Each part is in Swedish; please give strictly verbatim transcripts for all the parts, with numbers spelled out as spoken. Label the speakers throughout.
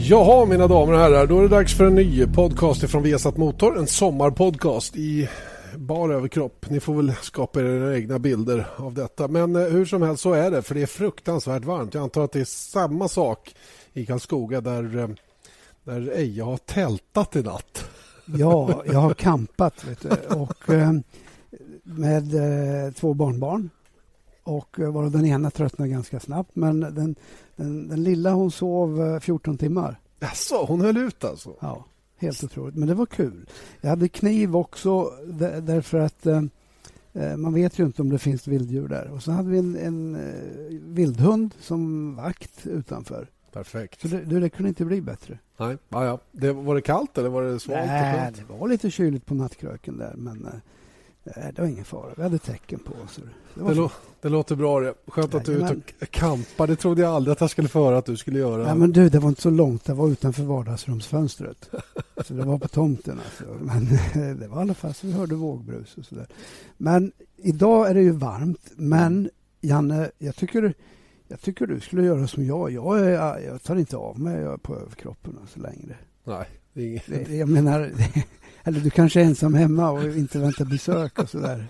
Speaker 1: Jaha, mina damer och herrar, då är det dags för en ny podcast från Viasat Motor. En sommarpodcast i bara överkropp. Ni får väl skapa era egna bilder av detta. Men eh, hur som helst så är det, för det är fruktansvärt varmt. Jag antar att det är samma sak i Karlskoga där, eh, där Eja har tältat i natt.
Speaker 2: Ja, jag har campat vet du, och, eh, med eh, två barnbarn. Och eh, var den ena tröttnade ganska snabbt, men den, den, den lilla hon sov eh, fjorton timmar.
Speaker 1: Jaså, hon höll ut alltså?
Speaker 2: Ja, helt otroligt. Men det var kul. Jag hade kniv också d- därför att eh, man vet ju inte om det finns vilddjur där. Och så hade vi en, en eh, vildhund som vakt utanför.
Speaker 1: Perfekt.
Speaker 2: Så det, det kunde inte bli bättre.
Speaker 1: Nej, ja, ja. Det, var det kallt eller var det svalt?
Speaker 2: Nej, det var lite kyligt på nattkröken där, men eh, det var ingen fara. Vi hade tecken på oss. Det,
Speaker 1: det, lå- det låter bra det. Skönt att du är ute och kampar. Det trodde jag aldrig att jag skulle få höra att du skulle göra.
Speaker 2: Ja, men du, det var inte så långt. Det var utanför vardagsrumsfönstret. Så det var på tomten. Alltså. Men det var i alla fall så vi hörde vågbrus och sådär. Men idag är det ju varmt. Men Janne, jag tycker, jag tycker du skulle göra som jag. Jag, är, jag tar inte av mig på överkroppen så längre.
Speaker 1: Nej, det är inget.
Speaker 2: Det, jag menar, eller du kanske är ensam hemma och inte väntar besök och sådär.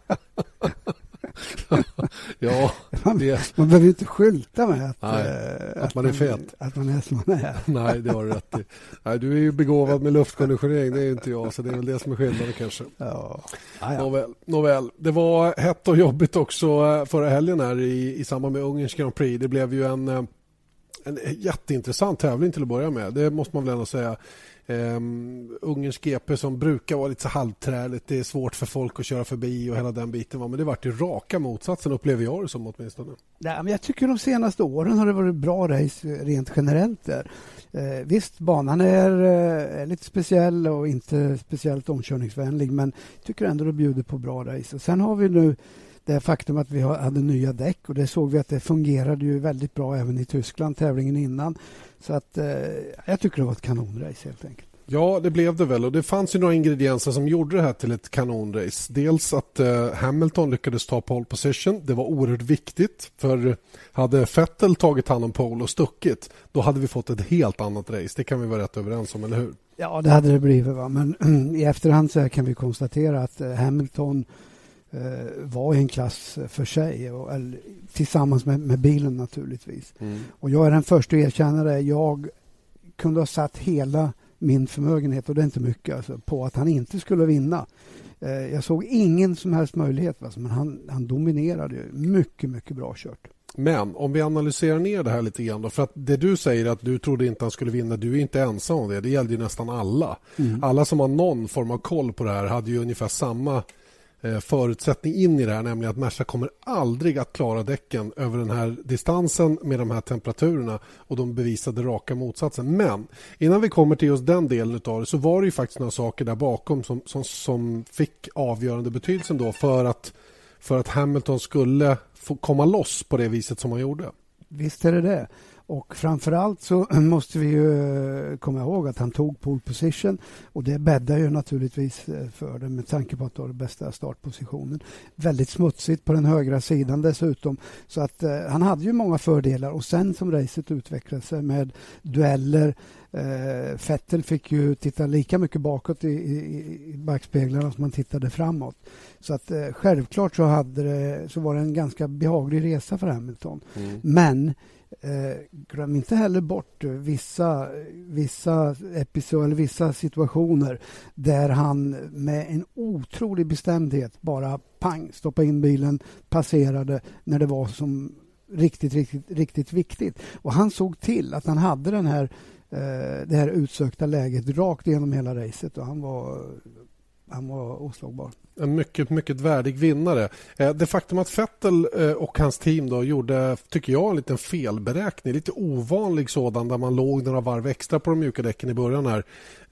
Speaker 1: Ja,
Speaker 2: man,
Speaker 1: det...
Speaker 2: man behöver inte skylta med att,
Speaker 1: Nej,
Speaker 2: äh,
Speaker 1: att, att man är fet.
Speaker 2: Att man är som man är.
Speaker 1: Nej, det har du rätt i. Nej, du är ju begåvad med luftkonditionering, det är inte jag, så det är väl det som är skillnaden kanske.
Speaker 2: Ja. Ah, ja.
Speaker 1: Nåväl, nåväl. Det var hett och jobbigt också förra helgen här i, i samband med Ungerns Grand Prix. Det blev ju en, en jätteintressant tävling till att börja med. Det måste man väl ändå säga. Um, Ungerns G P som brukar vara lite så halvträligt. Det är svårt för folk att köra förbi och hela den biten. Men det vart ju raka motsatsen, upplever jag det som åtminstone.
Speaker 2: Ja, men jag tycker de senaste åren har det varit bra race rent generellt där. Eh, visst, banan är, eh, är lite speciell och inte speciellt omkörningsvänlig, men jag tycker ändå det bjuder på bra race. Och sen har vi nu det faktum att vi hade nya däck, och det såg vi att det fungerade ju väldigt bra även i Tyskland, tävlingen innan. Så att eh, jag tycker det var ett kanonrace helt enkelt.
Speaker 1: Ja, det blev det väl, och det fanns ju några ingredienser som gjorde det här till ett kanonrace. Dels att eh, Hamilton lyckades ta pole position. Det var oerhört viktigt, för hade Vettel tagit hand om pole och stuckit, då hade vi fått ett helt annat race. Det kan vi vara rätt överens om, eller hur?
Speaker 2: Ja, det hade det blivit, va? Men i efterhand så kan vi konstatera att eh, Hamilton eh, var i en klass för sig, och, eller, tillsammans med, med bilen naturligtvis. Mm. Och jag är den första att erkänna det. Jag kunde ha satt hela min förmögenhet, och det är inte mycket, alltså, på att han inte skulle vinna. Eh, jag såg ingen som helst möjlighet, alltså, men han, han dominerade ju. Mycket, mycket bra kört.
Speaker 1: Men om vi analyserar ner det här lite grann då, för att det du säger att du trodde inte han skulle vinna, du är inte ensam om det. Det gällde ju nästan alla. Mm. Alla som har någon form av koll på det här hade ju ungefär samma eh, förutsättning in i det här, nämligen att Merca kommer aldrig att klara däcken över den här distansen med de här temperaturerna, och de bevisade raka motsatsen. Men innan vi kommer till just den delen av det, så var det ju faktiskt några saker där bakom som, som, som fick avgörande betydelse då för att för att Hamilton skulle få komma loss på det viset som han gjorde.
Speaker 2: Visst är det det. Och framförallt så måste vi ju komma ihåg att han tog pole position, och det bäddar ju naturligtvis för det med tanke på att ha den bästa startpositionen. Väldigt smutsigt på den högra sidan dessutom, så att eh, han hade ju många fördelar, och sen som racet utvecklade sig med dueller, eh, Vettel fick ju titta lika mycket bakåt i, i, i backspeglarna som man tittade framåt. Så att eh, självklart så, hade det, så var det en ganska behaglig resa för Hamilton. Mm. Men Eh, glöm inte heller bort vissa, vissa episoder eller vissa situationer där han med en otrolig bestämdhet bara pang, stoppa in bilen, passerade när det var som riktigt, riktigt, riktigt viktigt. Och han såg till att han hade den här, eh, det här utsökta läget rakt igenom hela racet, och han var Han var oslagbar.
Speaker 1: En mycket, mycket värdig vinnare. Det faktum att Vettel och hans team då gjorde, tycker jag, en liten felberäkning. Lite ovanlig sådan, där man låg några varv extra på de mjuka däcken i början här.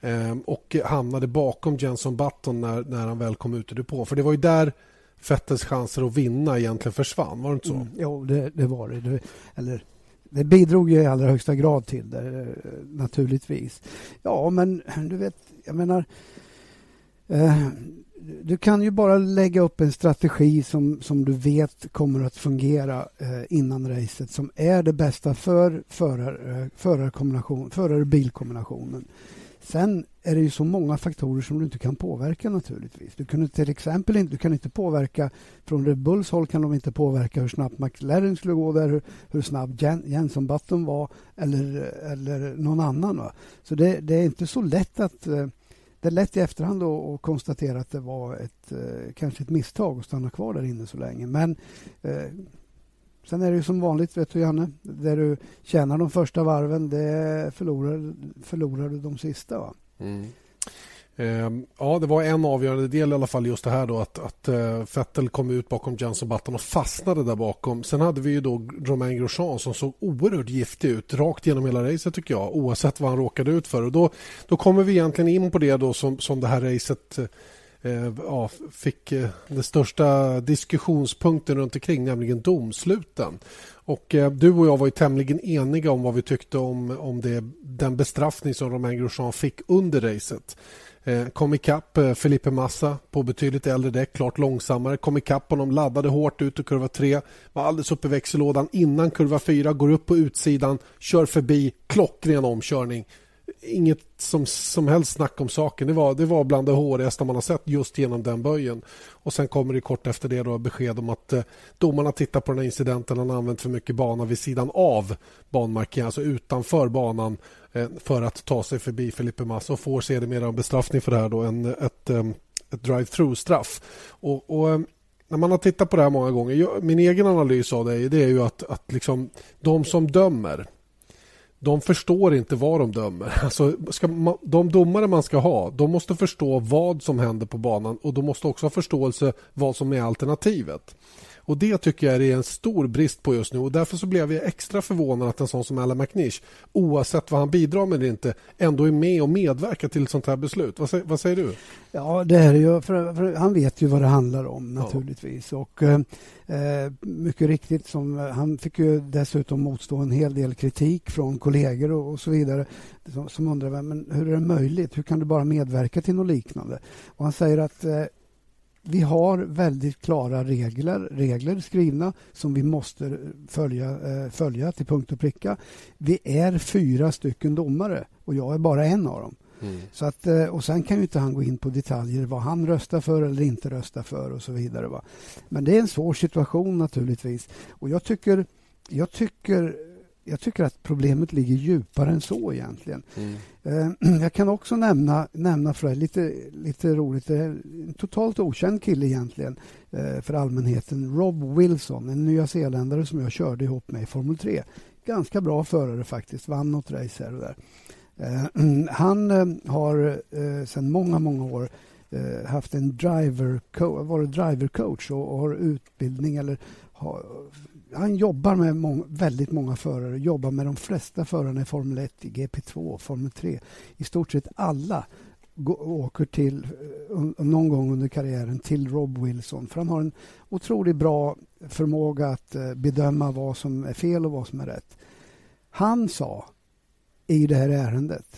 Speaker 1: Och hamnade bakom Jenson Button när, när han väl kom ut ur depå. För det var ju där Vettels chanser att vinna egentligen försvann. Var det inte så? Mm,
Speaker 2: jo, det, det var det. det. Eller... Det bidrog ju i allra högsta grad till det, naturligtvis. Ja, men du vet, jag menar... Eh, du kan ju bara lägga upp en strategi som, som du vet kommer att fungera eh, innan racet, som är det bästa för förar, eh, förarkombination, förare-bilkombinationen. Sen är det ju så många faktorer som du inte kan påverka naturligtvis. Du kan till exempel inte, du kan inte påverka, från Red Bulls håll kan de inte påverka hur snabbt McLaren skulle gå där, hur, hur snabb Jen, Jenson Button var eller, eller någon annan. Va? Så det, det är inte så lätt att... Eh, Det är lätt i efterhand att konstatera att det var ett, eh, kanske ett misstag att stanna kvar där inne så länge. Men eh, sen är det ju som vanligt, vet du Janne, där du tjänar de första varven, det förlorar, förlorar du de sista. Va? Mm.
Speaker 1: Eh, ja, det var en avgörande del i alla fall, just det här då att, att uh, Vettel kom ut bakom Jenson Button och fastnade där bakom. Sen hade vi ju då Romain Grosjean som såg oerhört giftig ut rakt genom hela racet tycker jag, oavsett vad han råkade ut för. Och då, då kommer vi egentligen in på det då som, som det här racet eh, ja, fick eh, den största diskussionspunkten runt omkring, nämligen domsluten. Och eh, du och jag var ju tämligen eniga om vad vi tyckte om, om det, den bestraffning som Romain Grosjean fick under racet. Eh, kom ikapp eh, Felipe Massa på betydligt äldre däck, klart långsammare. Kom ikapp honom, laddade hårt ut i kurva tre. Var alldeles uppe i växellådan innan kurva fyra. Går upp på utsidan, kör förbi, klockren omkörning. Inget som, som helst snack om saken. Det var, det var bland det hårigaste man har sett just genom den böjen. Och sen kommer det kort efter det då besked om att eh, domarna tittar på den här incidenten. Han har använt för mycket bana vid sidan av banmarkeringen, alltså utanför banan, eh, för att ta sig förbi Felipe Massa och får sedermera en bestraffning för det här då, en, ett, eh, ett drive-through-straff. Och, och eh, när man har tittat på det här många gånger, jag, min egen analys av det, det är ju att, att liksom, de som dömer, de förstår inte vad de dömer. Alltså, ska man, de domare man ska ha, de måste förstå vad som händer på banan och de måste också ha förståelse vad som är alternativet. Och det tycker jag är en stor brist på just nu, och därför så blev jag extra förvånad att en sån som Allan McNish, oavsett vad han bidrar med eller inte, ändå är med och medverkar till ett sånt här beslut. Vad säger, vad säger du?
Speaker 2: Ja, det är ju, för, för han vet ju vad det handlar om naturligtvis. Ja. Och eh, mycket riktigt, som, han fick ju dessutom motstå en hel del kritik från kollegor och, och så vidare som, som undrar, men hur är det möjligt? Hur kan du bara medverka till något liknande? Och han säger att eh, vi har väldigt klara regler, regler skrivna som vi måste följa, eh, följa till punkt och pricka. Vi är fyra stycken domare och jag är bara en av dem. Mm. Så att, och sen kan ju inte han gå in på detaljer vad han röstar för eller inte röstar för och så vidare. Va? Men det är en svår situation naturligtvis. Och jag tycker, jag tycker, jag tycker att problemet ligger djupare än så egentligen. Mm. Eh, jag kan också nämna, nämna för dig, lite, lite roligt, det är en totalt okänd kille egentligen eh, för allmänheten. Rob Wilson, en nyzeeländare som jag körde ihop med i Formel tre. Ganska bra förare faktiskt, vann något race här och där. Uh, han uh, har uh, sedan många, många år uh, haft en driver co- varit driver coach och, och har utbildning eller har, han jobbar med må- väldigt många förare, jobbar med de flesta förarna i Formel ett, i G P två, Formel tre. I stort sett alla gå- åker till uh, någon gång under karriären till Rob Wilson, för han har en otroligt bra förmåga att uh, bedöma vad som är fel och vad som är rätt. Han sa i det här ärendet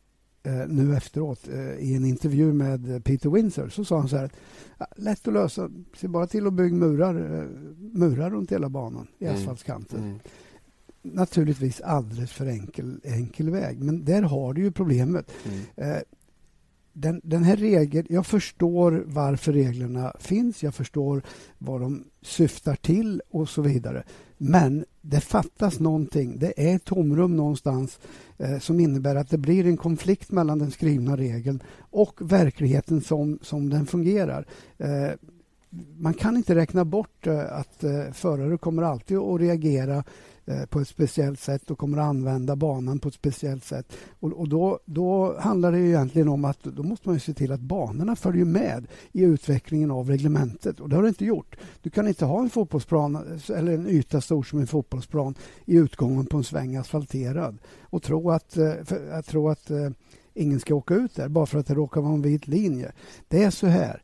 Speaker 2: eh, nu efteråt eh, i en intervju med Peter Windsor, så sa han så här att lätt att lösa, se bara till att bygga murar, eh, murar runt hela banan i mm. asfaltskanten. Mm. Naturligtvis alldeles för enkel, enkel väg, men där har du ju problemet. Mm. Eh, den, den här regeln, jag förstår varför reglerna finns, jag förstår vad de syftar till och så vidare. Men det fattas någonting. Det är ett tomrum någonstans eh, som innebär att det blir en konflikt mellan den skrivna regeln och verkligheten som, som den fungerar. Eh, man kan inte räkna bort eh, att eh, förare kommer alltid att reagera eh, på ett speciellt sätt och kommer att använda banan på ett speciellt sätt. Och, och då, då handlar det ju egentligen om att då måste man ju se till att banorna följer med i utvecklingen av reglementet. Och det har det inte gjort. Du kan inte ha en fotbollsplan eller en yta stor som en fotbollsplan i utgången på en sväng asfalterad och tro att, för, att, tro att uh, ingen ska åka ut där bara för att det råkar vara en vit linje. Det är så här.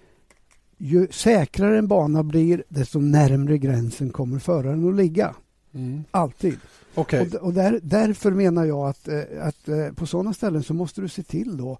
Speaker 2: Ju säkrare en bana blir, desto närmare gränsen kommer föraren att ligga. Mm. Alltid.
Speaker 1: Okay.
Speaker 2: Och, och där, därför menar jag att, att på sådana ställen så måste du se till då.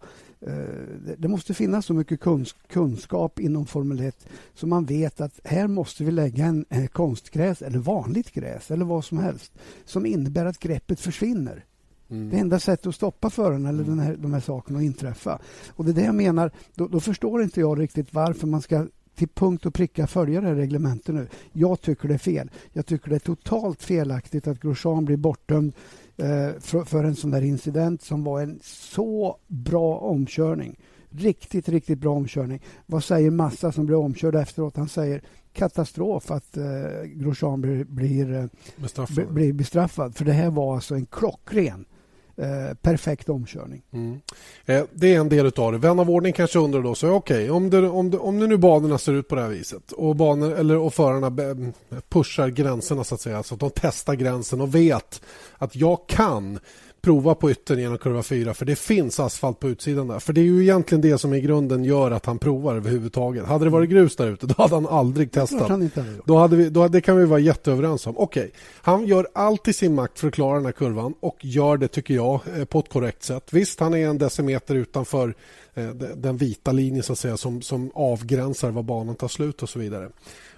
Speaker 2: Det måste finnas så mycket kunskap inom Formel ett så man vet att här måste vi lägga en konstgräs eller vanligt gräs eller vad som helst som innebär att greppet försvinner. Mm. Det enda sättet att stoppa föraren eller den här, de här sakerna att inträffa. Och det är det jag menar, då, då förstår inte jag riktigt varför man ska till punkt och pricka följa det här reglementet nu. Jag tycker det är fel. Jag tycker det är totalt felaktigt att Grosjean blir bortdömd eh, för, för en sån där incident som var en så bra omkörning. Riktigt, riktigt bra omkörning. Vad säger Massa som blir omkörd efteråt? Han säger katastrof att eh, Grosjean blir, blir, bestraffad. B- blir bestraffad. För det här var alltså en klockren Eh, perfekt omkörning.
Speaker 1: Mm. Eh, det är en del utav det. Vän av ordning kanske undrar då, så okej, okay, om, det, om, det, om det nu banorna ser ut på det här viset och, banor, eller, och förarna be, pushar gränserna så att säga, så att de testar gränsen och vet att jag kan prova på yttern genom kurva fyra för det finns asfalt på utsidan där. För det är ju egentligen det som i grunden gör att han provar överhuvudtaget. Hade det varit grus där ute, då hade han aldrig testat.
Speaker 2: Han inte hade
Speaker 1: då hade vi, då, det kan vi vara jätteöverens om. Okej, han gör allt i sin makt för att klara den här kurvan och gör det, tycker jag, på ett korrekt sätt. Visst, han är en decimeter utanför eh, den vita linjen så att säga, som, som avgränsar var banan tar slut och så vidare.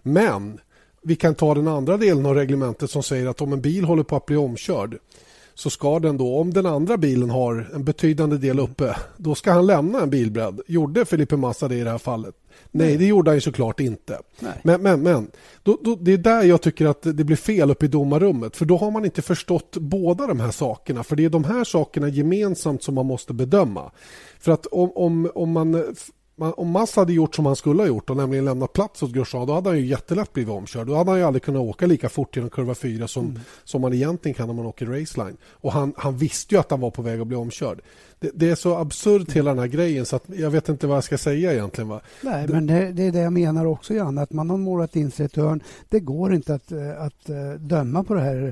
Speaker 1: Men vi kan ta den andra delen av reglementet som säger att om en bil håller på att bli omkörd så ska den då, om den andra bilen har en betydande del uppe, då ska han lämna en bilbredd. Gjorde Felipe Massa det i det här fallet? Nej, Nej det gjorde han ju såklart inte. Nej. Men, men, men då, då, det är där jag tycker att det blir fel uppe i domarrummet. För då har man inte förstått båda de här sakerna. För det är de här sakerna gemensamt som man måste bedöma. För att om, om, om man... Om Massa hade gjort som han skulle ha gjort och nämligen lämnat plats åt Grosjean, då hade han ju jättelätt blivit omkörd. Då hade han ju aldrig kunnat åka lika fort genom kurva fyra som, mm. som man egentligen kan när man åker raceline. Och han, han visste ju att han var på väg att bli omkörd. Det, det är så absurt hela den här grejen så att jag vet inte vad jag ska säga egentligen. Va?
Speaker 2: Nej, det, men det, det är det jag menar också, Jan, att man har målat in sig ett hörn. Det går inte att, att döma på det här,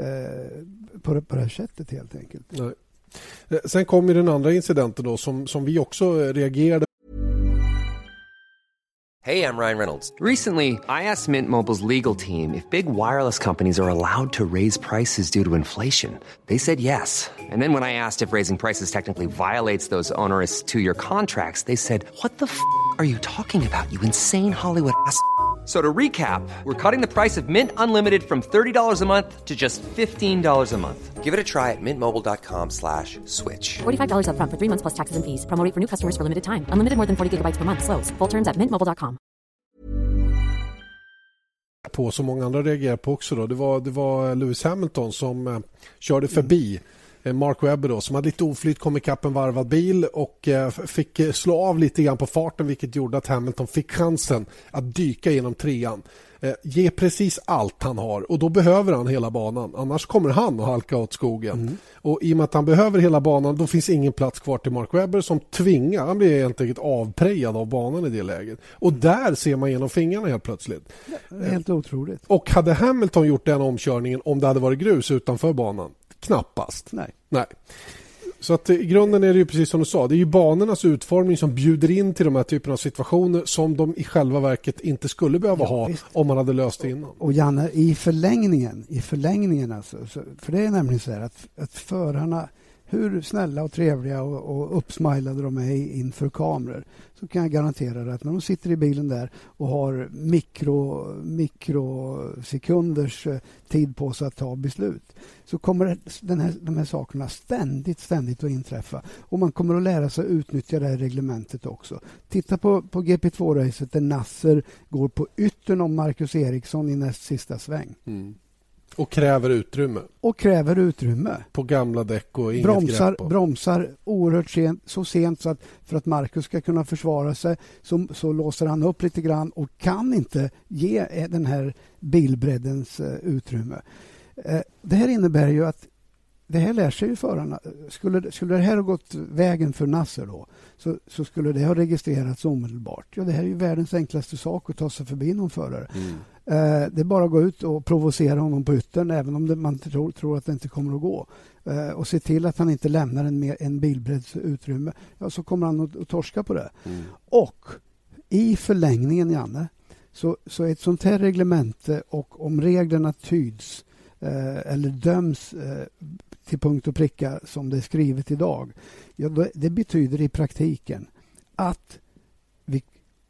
Speaker 2: på det, på det här sättet helt enkelt.
Speaker 1: Nej. Sen kom ju den andra incidenten då som, som vi också reagerade.
Speaker 3: Hey, I'm Ryan Reynolds. Recently, I asked Mint Mobile's legal team if big wireless companies are allowed to raise prices due to inflation. They said yes. And then when I asked if raising prices technically violates those onerous two-year contracts, they said, what the f*** are you talking about, you insane Hollywood ass f- So to recap, we're cutting the price of Mint Unlimited from thirty dollars a month to just fifteen dollars a month. Give it a try at mintmobile.com slash switch.
Speaker 4: forty-five dollars up front for three months plus taxes and fees. Promo rate for new customers for limited time. Unlimited more than forty gigabytes per month. Slows full terms at mint mobile dot com.
Speaker 1: På som många andra reagerar på också då. Det var, det var Lewis Hamilton som eh, körde förbi eh, Mark Webber då, som hade lite oflyt, kom ikapp en varvad bil och eh, fick slå av lite grann på farten, vilket gjorde att Hamilton fick chansen att dyka genom trean. Eh, ge precis allt han har och då behöver han hela banan, annars kommer han att halka åt skogen. Mm. Och i och med att han behöver hela banan, då finns ingen plats kvar till Mark Webber som tvingar, han blir egentligen avprejad av banan i det läget. Och där ser man genom fingrarna helt plötsligt.
Speaker 2: Det är helt otroligt.
Speaker 1: Och hade Hamilton gjort den omkörningen om det hade varit grus utanför banan? Knappast.
Speaker 2: Nej.
Speaker 1: Nej. Så att i grunden är det ju precis som du sa, det är ju banornas utformning som bjuder in till de här typerna av situationer som de i själva verket inte skulle behöva ja, ha visst. Om man hade löst det innan.
Speaker 2: Och Janne, i förlängningen, i förlängningen alltså, så, för det är nämligen så här att, att förarna, hur snälla och trevliga och, och uppsmilade de är inför kameror, så kan jag garantera att när de sitter i bilen där och har mikro, mikrosekunders tid på sig att ta beslut, så kommer den här, de här sakerna ständigt, ständigt att inträffa. Och man kommer att lära sig att utnyttja det här reglementet också. Titta på, på G P två-racet där Nasser går på yttern om Marcus Eriksson i näst sista sväng.
Speaker 1: Mm. Och kräver utrymme.
Speaker 2: Och kräver utrymme.
Speaker 1: På gamla däck och inget
Speaker 2: bromsar,
Speaker 1: grepp. På.
Speaker 2: Bromsar oerhört sent, så sent så att för att Marcus ska kunna försvara sig så, så låser han upp lite grann och kan inte ge den här bilbreddens uh, utrymme. Uh, det här innebär ju att det här lär sig ju förarna. Skulle, skulle det här ha gått vägen för Nasser då, så, så skulle det ha registrerats omedelbart. Ja, det här är ju världens enklaste sak att ta sig förbi någon förare. Mm. Eh, det är bara att gå ut och provocera honom på yttern, även om det, man tror, tror att det inte kommer att gå. Eh, och se till att han inte lämnar en, en bilbredds utrymme. Ja, så kommer han att, att torska på det. Mm. Och i förlängningen, Janne, så, så ett sånt här reglemente, och om reglerna tyds eh, eller döms eh, till punkt och pricka som det är skrivet idag, ja, då, det betyder i praktiken att vi,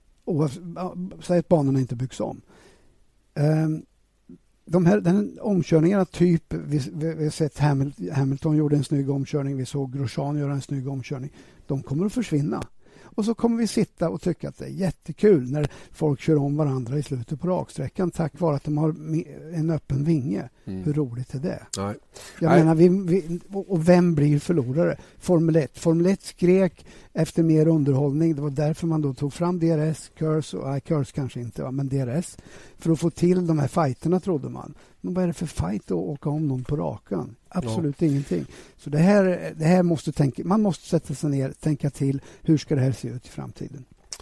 Speaker 2: säg att banorna inte byggs om. Eh, de här, den här omkörningarna, typ vi, vi, vi har sett Hamilton, Hamilton gjorde en snygg omkörning, vi såg Grosjean göra en snygg omkörning, de kommer att försvinna. Och så kommer vi sitta och tycka att det är jättekul när folk kör om varandra i slutet på raksträckan tack vare att de har en öppen vinge. Mm. Hur roligt är det? Nej. Jag Nej. menar, vi, vi, och vem blir förlorare? Formel ett. Formel ett skrek efter mer underhållning. Det var därför man då tog fram D R S, Curse, och nej, Curse kanske inte, va, men D R S. För att få till de här fighterna, trodde man. Men vad är det för fight att åka om någon på rakan? Absolut ja. ingenting. Så det här, det här måste tänka, man måste sätta sig ner och tänka till, hur ska det här se ut i framtiden?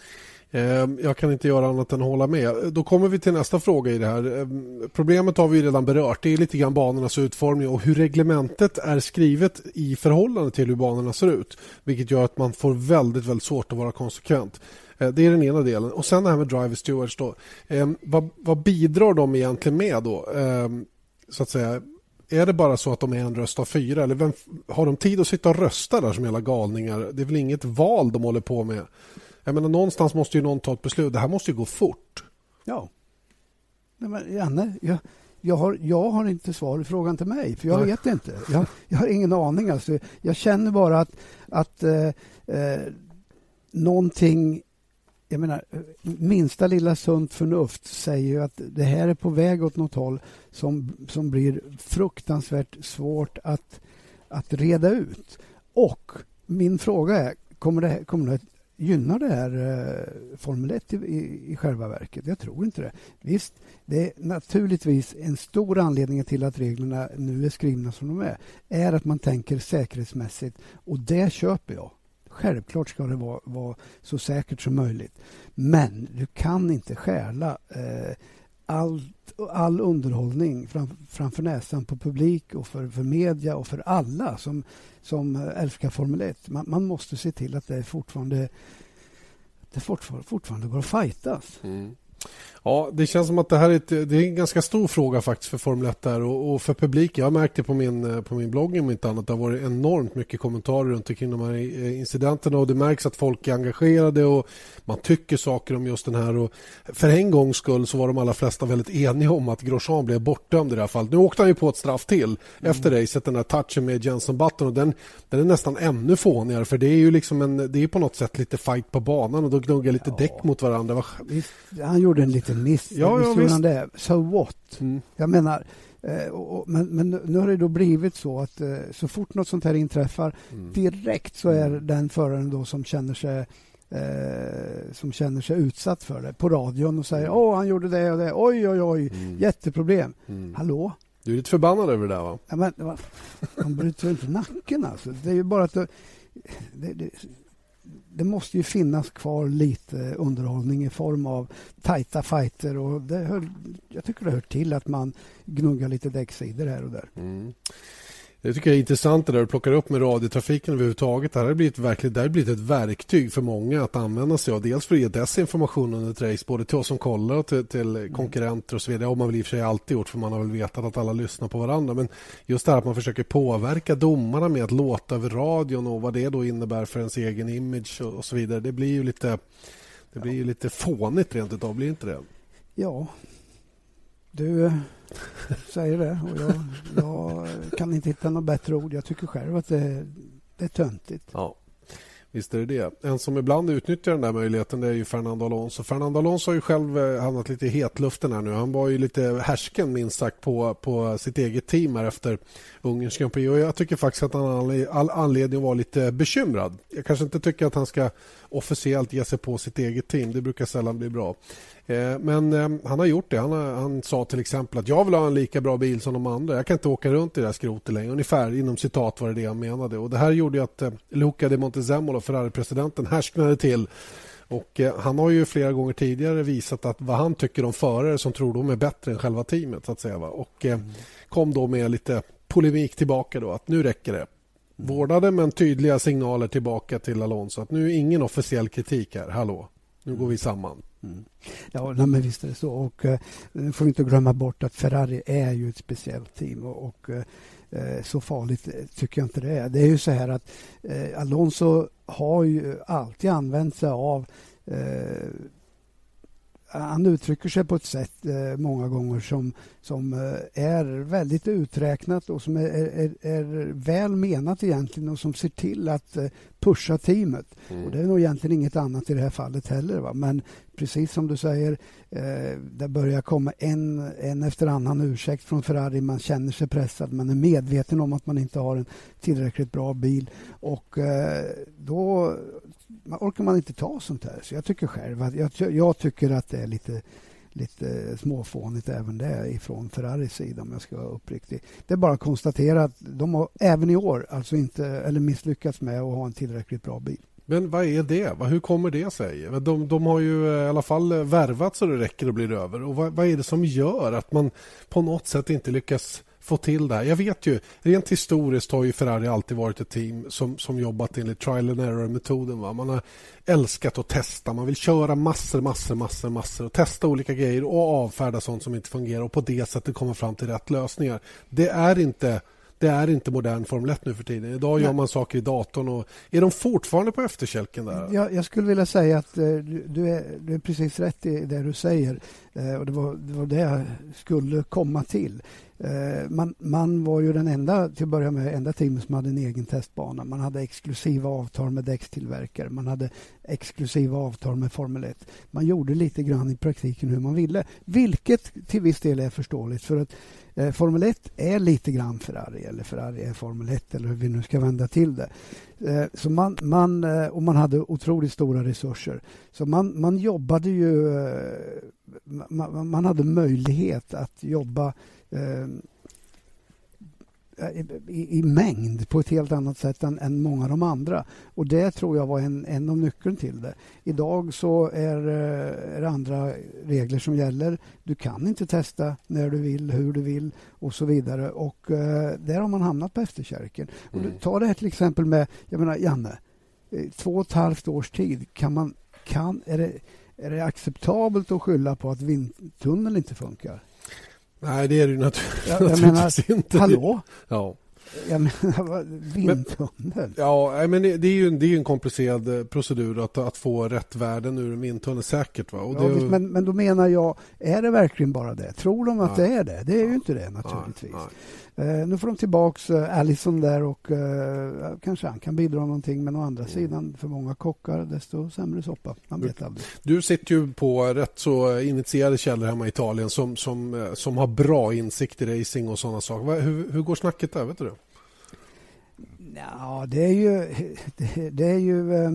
Speaker 1: Jag kan inte göra annat än att hålla med. Då kommer vi till nästa fråga i det här. Problemet har vi redan berört. Det är lite grann banornas utformning och hur reglementet är skrivet i förhållande till hur banorna ser ut. Vilket gör att man får väldigt, väldigt svårt att vara konsekvent. Det är den ena delen. Och sen det här med driver stewards då. Vad, vad bidrar de egentligen med då? Så att säga, är det bara så att de är en röst av fyra? Eller vem, har de tid att sitta och rösta där som hela galningar? Det är väl inget val de håller på med? Jag menar, någonstans måste ju någon ta ett beslut. Det här måste ju gå fort.
Speaker 2: Ja. Nej, men Janne, jag, jag, har, jag har inte svar i frågan till mig. För jag Nej. vet inte. Jag, jag har ingen aning. Alltså, jag känner bara att, att eh, eh, någonting... Jag menar, minsta lilla sunt förnuft säger ju att det här är på väg åt något håll som, som blir fruktansvärt svårt att, att reda ut. Och min fråga är, kommer det, kommer det gynnar det här eh, Formel ett i, i, i själva verket? Jag tror inte det. Visst, det är naturligtvis en stor anledning till att reglerna nu är skrivna som de är, är att man tänker säkerhetsmässigt, och det köper jag. Självklart ska det vara, vara så säkert som möjligt. Men du kan inte stjäla eh, allt, all underhållning fram, framför näsan på publik och för, för media och för alla som, som älskar Formel ett. Man, man måste se till att det fortfarande, det fortfarande, fortfarande går att fightas.
Speaker 1: Mm. Ja, det känns som att det här är, ett, det är en ganska stor fråga faktiskt för Formel ett där och, och för publiken. Jag märkte på min, på min blogg om inte annat, det har varit enormt mycket kommentarer runt omkring de här incidenterna, och det märks att folk är engagerade och man tycker saker om just den här, och för en gångs skull så var de allra flesta väldigt eniga om att Grosjean blev bortdömd i det här fallet. Nu åkte han ju på ett straff till mm. efter racet, den här touchen med Jenson Button, och den, den är nästan ännu fånigare, för det är ju liksom en, det är på något sätt lite fight på banan och då gnuggar lite ja. däck mot varandra.
Speaker 2: Visst, han gjorde en liten miss.
Speaker 1: Ja, ja, visst.
Speaker 2: Det. So what? Mm. Jag menar, eh, och, och, men, men nu har det då blivit så att eh, så fort något sånt här inträffar, mm. direkt så är mm. den föraren då som känner sig eh, som känner sig utsatt för det på radion och säger, åh, han gjorde det och det, oj, oj, oj, mm. jätteproblem. Mm. Hallå?
Speaker 1: Du är lite förbannad över det där, va?
Speaker 2: Ja, men, man bryter inte nacken, alltså. Det är ju bara att det, det, det det måste ju finnas kvar lite underhållning i form av tajta fighter, och det hör, jag tycker det hör till att man gnuggar lite däcksidor här och där. Mm.
Speaker 1: Det tycker jag är intressant det där du plockar upp med radiotrafiken överhuvudtaget. Det här har blivit verkligen, det har blivit ett verktyg för många att använda sig av. Dels för att ge desinformation under ett race, både till oss som kollar och till, till konkurrenter och så vidare. Och man väl i och för sig alltid gjort, för man har väl vetat att alla lyssnar på varandra. Men just det här att man försöker påverka domarna med att låta över radion och vad det då innebär för ens egen image och, och så vidare. Det blir ju lite, det blir ju lite fånigt rent utav, blir inte det?
Speaker 2: Ja, du säger det, och jag, jag kan inte hitta något bättre ord. Jag tycker själv att det, det är töntigt.
Speaker 1: Ja, visst är det det. En som ibland utnyttjar den där möjligheten, det är ju Fernando Alonso. Fernando Alonso har ju själv hamnat lite i hetluften här nu. Han var ju lite härsken minst sagt på, på sitt eget team här efter Ungerns Grand Prix. Och jag tycker faktiskt att han har all anledning att vara lite bekymrad. Jag kanske inte tycker att han ska officiellt ge sig på sitt eget team. Det brukar sällan bli bra. Men han har gjort det. Han, har, han sa till exempel att jag vill ha en lika bra bil som de andra. Jag kan inte åka runt i det här skrotet längre. Ungefär inom citat var det det han menade. Och det här gjorde ju att Luca de Montezemolo, Ferrari-presidenten, härsknade till. Och han har ju flera gånger tidigare visat att vad han tycker om förare som tror de är bättre än själva teamet, så att säga. Va? Och mm. kom då med lite polemik tillbaka då, att nu räcker det. Vårdade men tydliga signaler tillbaka till Alonso att nu är ingen officiell kritik här. Hallå, nu går vi samman.
Speaker 2: Mm. Ja, nej, men visst är det så. Och eh, nu får vi inte glömma bort att Ferrari är ju ett speciellt team och, och eh, så farligt tycker jag inte det är. Det är ju så här att eh, Alonso har ju alltid använt sig av eh, han uttrycker sig på ett sätt eh, många gånger som, som eh, är väldigt uträknat och som är, är, är väl menat egentligen och som ser till att eh, pusha teamet. Mm. Och det är nog egentligen inget annat i det här fallet heller. Va? Men precis som du säger, eh, det börjar komma en, en efter annan ursäkt från Ferrari. Man känner sig pressad, man är medveten om att man inte har en tillräckligt bra bil och eh, då man orkar man inte ta sånt här. Så jag tycker själv att jag, jag tycker att det är lite, lite småfånigt även det ifrån Ferraris sida om jag ska vara uppriktig. Det är bara att konstatera att de har även i år alltså inte eller misslyckats med att ha en tillräckligt bra bil.
Speaker 1: Men vad är det? Hur kommer det sig? De, de har ju i alla fall värvat så det räcker och blir över. Och vad, vad är det som gör att man på något sätt inte lyckas få till det här? Jag vet ju, rent historiskt har ju Ferrari alltid varit ett team som, som jobbat enligt trial and error-metoden. Va? Man har älskat att testa. Man vill köra massor, massor, massor, massor och testa olika grejer och avfärda sånt som inte fungerar och på det sättet komma fram till rätt lösningar. Det är inte... Det är inte modern Formel ett nu för tiden. Idag gör man saker i datorn. Och är de fortfarande på efterkälken där?
Speaker 2: Jag, jag skulle vilja säga att eh, du, du, är, du är precis rätt i det du säger. Eh, och det var, det var det jag skulle komma till. Eh, man, man var ju den enda, till att börja med, enda teamet som hade en egen testbana. Man hade exklusiva avtal med däckstillverkare. Man hade exklusiva avtal med Formel ett. Man gjorde lite grann i praktiken hur man ville. Vilket till viss del är förståeligt. För att eh, Formel ett är lite grann Ferrari. Eller Ferrari är Formel ett. Eller hur vi nu ska vända till det. Eh, så man, man, eh, och man hade otroligt stora resurser. Så man, man jobbade ju... Eh, man, man hade möjlighet att jobba eh, i, i mängd på ett helt annat sätt än, än många av de andra. Och det tror jag var en, en av nyckeln till det. Idag så är, är det andra regler som gäller. Du kan inte testa när du vill, hur du vill och så vidare. Och eh, där har man hamnat på efterkärken. Och du tar det här till exempel med, jag menar Janne, två och ett halvt års tid kan man, kan, är det, är det acceptabelt att skylla på att vindtunneln inte funkar?
Speaker 1: Nej, det är det ju naturligtvis
Speaker 2: jag, jag menar,
Speaker 1: inte.
Speaker 2: Hallå?
Speaker 1: Ja.
Speaker 2: Jag menar, vindtunnel.
Speaker 1: Ja, men det är ju en, det är en komplicerad procedur att, att få rätt värden ur en vindtunnel säkert. Va? Och
Speaker 2: ja,
Speaker 1: det,
Speaker 2: visst, men, men då menar jag, är det verkligen bara det? Tror de att ja. det är det? Det är ja. ju inte det naturligtvis. Ja. Ja. Uh, nu får de tillbaks uh, Allison där och uh, kanske han kan bidra någonting, men å andra mm. sidan för många kockar desto sämre soppa. Man vet aldrig.
Speaker 1: Du sitter ju på rätt så initierade källor hemma i Italien som, som, som har bra insikt i racing och sådana saker. Hur, hur går snacket där, vet du det?
Speaker 2: Ja, det är ju det, det är ju eh,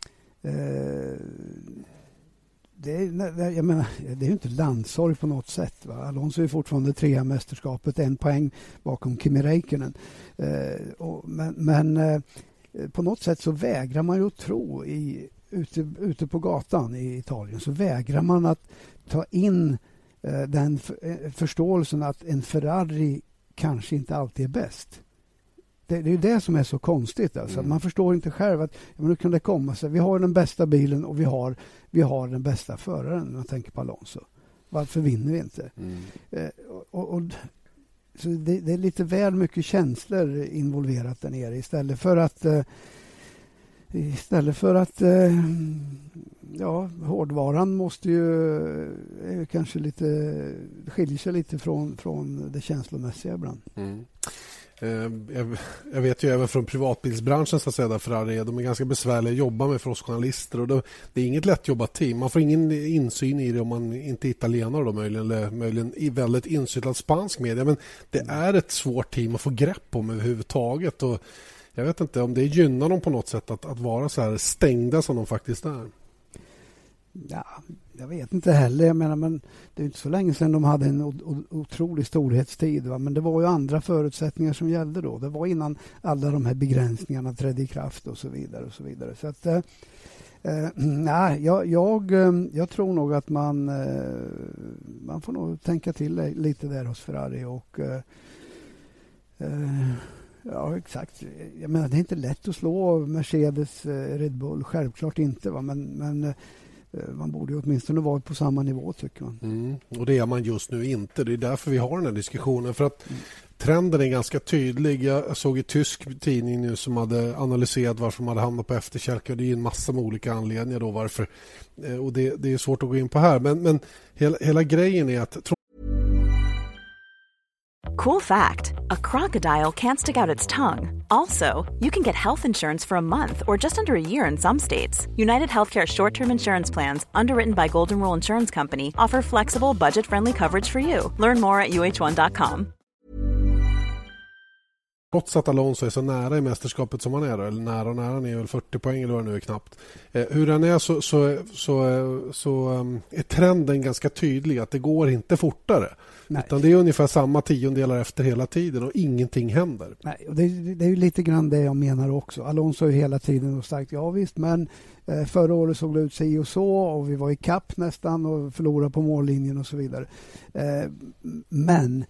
Speaker 2: det är, jag menar, det är ju inte landsorg på något sätt. Va? Alonso är fortfarande trea mästerskapet, en poäng bakom Kimi Räikkönen. Eh, och, men men eh, på något sätt så vägrar man ju att tro i, ute, ute på gatan i Italien så vägrar man att ta in eh, den för, förståelsen att en Ferrari kanske inte alltid är bäst. Det, det är ju det som är så konstigt. Alltså. Mm. Man förstår inte själv att ja, men hur kan det komma sig? Vi har den bästa bilen och vi har, vi har den bästa föraren när man tänker på Alonso. Varför vinner vi inte? Mm. Eh, och, och, så det, det är lite väl mycket känslor involverat där nere istället för att eh, istället för att eh, ja, hårdvaran måste ju eh, kanske lite skilja sig lite från, från det känslomässiga ibland. Mm.
Speaker 1: Jag vet ju även från privatbilsbranschen så att säga, där Ferrari, de är ganska besvärliga att jobba med för oss journalister och det är inget lättjobbat team. Man får ingen insyn i det om man inte är italienare då möjligen, eller möjligen i väldigt insyltad spansk media, men det är ett svårt team att få grepp om överhuvudtaget och jag vet inte om det gynnar dem på något sätt att, att vara så här stängda som de faktiskt är.
Speaker 2: Ja, jag vet inte heller. Jag menar, men det är inte så länge sedan de hade en o- otrolig storhetstid. Va? Men det var ju andra förutsättningar som gällde då. Det var innan alla de här begränsningarna trädde i kraft och så vidare. Och så vidare. Så att, eh, eh, nej, jag, jag, jag tror nog att man, eh, man får nog tänka till lite där hos Ferrari. Och eh, eh, ja, exakt. Jag menar, det är inte lätt att slå Mercedes, eh, Red Bull. Självklart inte. Va? Men... men Man borde ju åtminstone vara på samma nivå, tycker man.
Speaker 1: Mm. Och det är man just nu inte. Det är därför vi har den här diskussionen. För att mm. trenden är ganska tydlig. Jag såg i tysk tidning nu som hade analyserat varför man hade hamnat på efterkälke. Det är en massa med olika anledningar då varför. Och det, det är svårt att gå in på här. Men, men hela, hela grejen är att...
Speaker 5: Cool fact, a crocodile can't stick out its tongue. Also, you can get health insurance for a month or just under a year in some states. United Healthcare short-term insurance plans, underwritten by Golden Rule Insurance Company, offer flexible, budget-friendly coverage for you. Learn more at U H one dot com.
Speaker 1: Trots att Alonso är så nära i mästerskapet som han är, eller nära och nära, han är väl fyrtio poäng eller vad det nu är knappt. Eh, hur den är så, så, så, så um, är trenden ganska tydlig att det går inte fortare. Nej. Utan det är ungefär samma tiondelar efter hela tiden och ingenting händer.
Speaker 2: Nej, och det, det är ju lite grann det jag menar också. Alonso är hela tiden och starkt, ja visst, men eh, förra året såg det ut sig och så och vi var i kapp nästan och förlorade på mållinjen och så vidare. Eh, men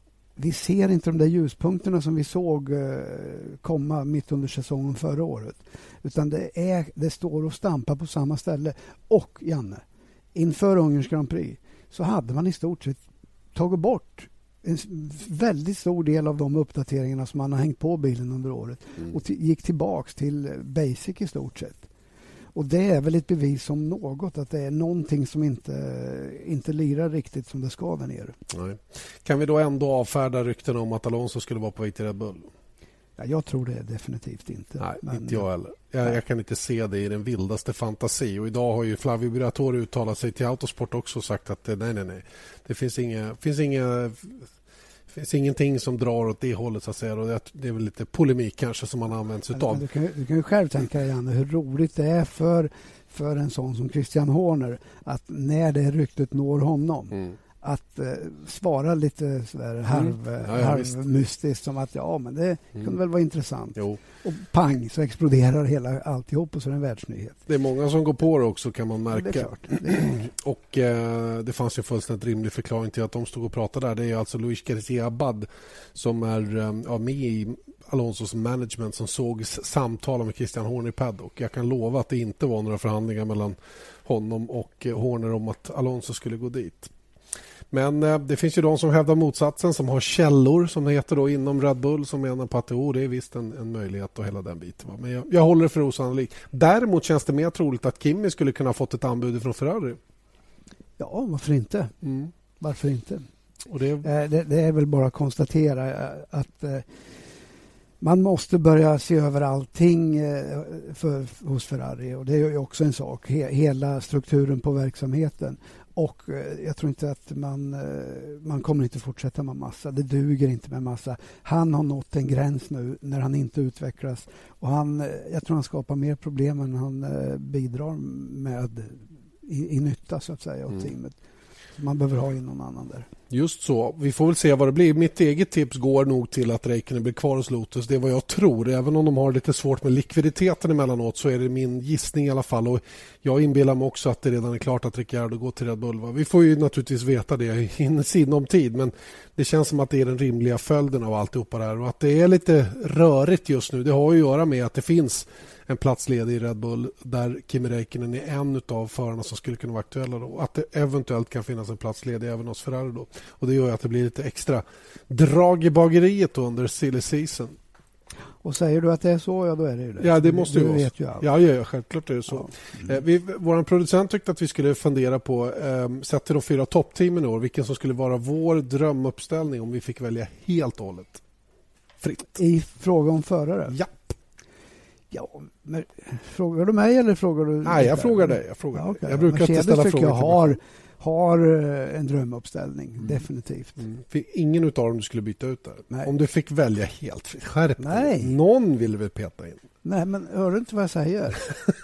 Speaker 2: vi ser inte de där ljuspunkterna som vi såg eh, komma mitt under säsongen förra året. Utan det, är, det står och stampar på samma ställe. Och Janne, inför Ungerns Grand Prix så hade man i stort sett tagit bort en väldigt stor del av de uppdateringarna som man har hängt på bilen under året. Mm. Och t- gick tillbaks till basic i stort sett. Och det är väl ett bevis om något att det är någonting som inte, inte lirar riktigt som det ska där nere.
Speaker 1: Nej. Kan vi då ändå avfärda rykten om att Alonso skulle vara på väg till Red Bull?
Speaker 2: Ja, jag tror det definitivt inte.
Speaker 1: Nej,
Speaker 2: men,
Speaker 1: inte jag heller. Jag, jag kan inte se det i den vildaste fantasi. Och idag har ju Flavio Briatore uttalat sig till Autosport också och sagt att nej, nej, nej. Det finns inga... Finns inga Det finns ingenting som drar åt det hållet, så att säga. Och det är väl lite polemik kanske som man används utav.
Speaker 2: Du kan, du kan ju själv tänka dig, Janne, hur roligt det är för, för en sån som Christian Horner att när det ryktet når honom mm. att eh, svara lite sådär halv, mm. ja, ja, halvmystiskt som att ja, men det mm. kunde väl vara intressant.
Speaker 1: Jo.
Speaker 2: Och pang så exploderar hela alltihop och så är det en världsnyhet.
Speaker 1: Det är många som går på det också, kan man märka.
Speaker 2: Det är klart. Det är...
Speaker 1: och eh, det fanns ju fullständigt rimlig förklaring till att de stod och pratade där. Det är alltså Luis Garcia Abad som är eh, med i Alonsos management som såg samtal med Christian Horner i paddock. Jag kan lova att det inte var några förhandlingar mellan honom och eh, Horner om att Alonso skulle gå dit. Men eh, det finns ju de som hävdar motsatsen, som har källor som det heter då inom Red Bull, som menar på att oh, det är visst en, en möjlighet och hela den biten. Va? Men jag, jag håller det för osannolikt. Däremot känns det mer troligt att Kimi skulle kunna ha fått ett anbud från Ferrari.
Speaker 2: Ja, varför inte?
Speaker 1: Mm.
Speaker 2: Varför inte?
Speaker 1: Och det...
Speaker 2: Eh, det, det är väl bara att konstatera att eh, man måste börja se över allting eh, för, hos Ferrari. Och det är ju också en sak. He, hela strukturen på verksamheten. Och eh, jag tror inte att man, eh, man kommer inte fortsätta med massa. Det duger inte med massa. Han har nått en gräns nu när han inte utvecklas. Och han, eh, jag tror han skapar mer problem än han eh, bidrar med i, i nytta, så att säga, åt mm. teamet. Man behöver ha in någon annan där.
Speaker 1: Just så. Vi får väl se vad det blir. Mitt eget tips går nog till att Räikkönen blir kvar hos Lotus. Det är vad jag tror. Även om de har lite svårt med likviditeten emellanåt, så är det min gissning i alla fall. Och jag inbillar mig också att det redan är klart att Ricciardo går till Red Bull. Va? Vi får ju naturligtvis veta det i sinom tid, men det känns som att det är den rimliga följden av alltihopa det här. Och att det är lite rörigt just nu, det har ju att göra med att det finns en plats ledig i Red Bull där Kimi Räikkönen är en av förarna som skulle kunna vara aktuella då. Att det eventuellt kan finnas en plats ledig även hos Ferrari då. Och det gör ju att det blir lite extra drag i bageriet då under silly season.
Speaker 2: Och säger du att det är så, ja då är det ju det.
Speaker 1: Ja, det måste
Speaker 2: du,
Speaker 1: ju
Speaker 2: du
Speaker 1: vara.
Speaker 2: vet ju allt.
Speaker 1: Ja, ja, ja, självklart är det så.
Speaker 2: Ja. Mm.
Speaker 1: Eh, vi, vår producent tyckte att vi skulle fundera på, eh, sett till de fyra toppteamen i år, vilken som skulle vara vår drömuppställning om vi fick välja helt och hållet. Fritt.
Speaker 2: I fråga om förare?
Speaker 1: Ja.
Speaker 2: Ja, men frågar du mig eller frågar du...
Speaker 1: Nej, jag frågar dig. Jag, frågar
Speaker 2: ja, okay.
Speaker 1: dig. Jag brukar
Speaker 2: Mercedes
Speaker 1: inte ställa frågor
Speaker 2: jag har, har en drömuppställning, mm. definitivt.
Speaker 1: Mm. Ingen utav dem du skulle byta ut där. Nej. Om du fick välja helt fritt. Skärp dig. Någon vill väl peta in.
Speaker 2: Nej, men hör du inte vad jag säger?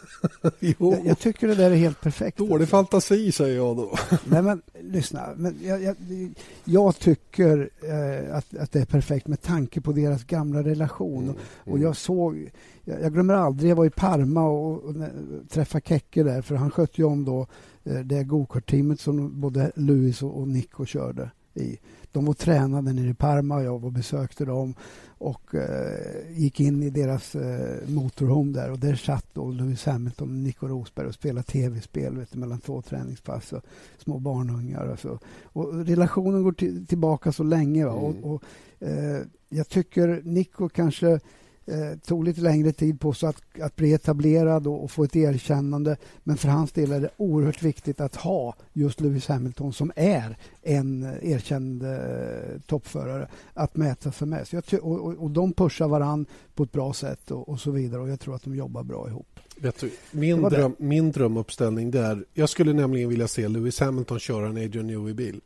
Speaker 2: jo. Jag, jag tycker det där är helt perfekt.
Speaker 1: Dålig alltså. Fantasi, säger jag då.
Speaker 2: Nej, men lyssna. Men jag, jag, jag tycker eh, att, att det är perfekt med tanke på deras gamla relation. Mm. Mm. Och jag såg... Jag, jag glömmer aldrig, jag var i Parma och, och, och träffade Kekke där. För han skötte ju om då eh, det go-kart-teamet som både Lewis och, och Nico körde. i. De var tränade nere i Parma, jag var och besökte dem och eh, gick in i deras eh, motorhome där och där satt då Lewis Hamilton och Nico Rosberg och spelade tv-spel vet du, mellan två träningspass och små barnungar och så. Och relationen går t- tillbaka så länge va? Mm. och, och eh, jag tycker Nico kanske Eh, tog lite längre tid på sig att, att bli etablerad och, och få ett erkännande. Men för hans del är det oerhört viktigt att ha just Lewis Hamilton som är en erkänd eh, toppförare att mäta sig med. Så jag ty- och, och, och de pushar varann på ett bra sätt och, och så vidare. Och jag tror att de jobbar bra ihop.
Speaker 1: Vet du, min, dröm, min drömuppställning där, jag skulle nämligen vilja se Lewis Hamilton köra en Adrian Newey-bil.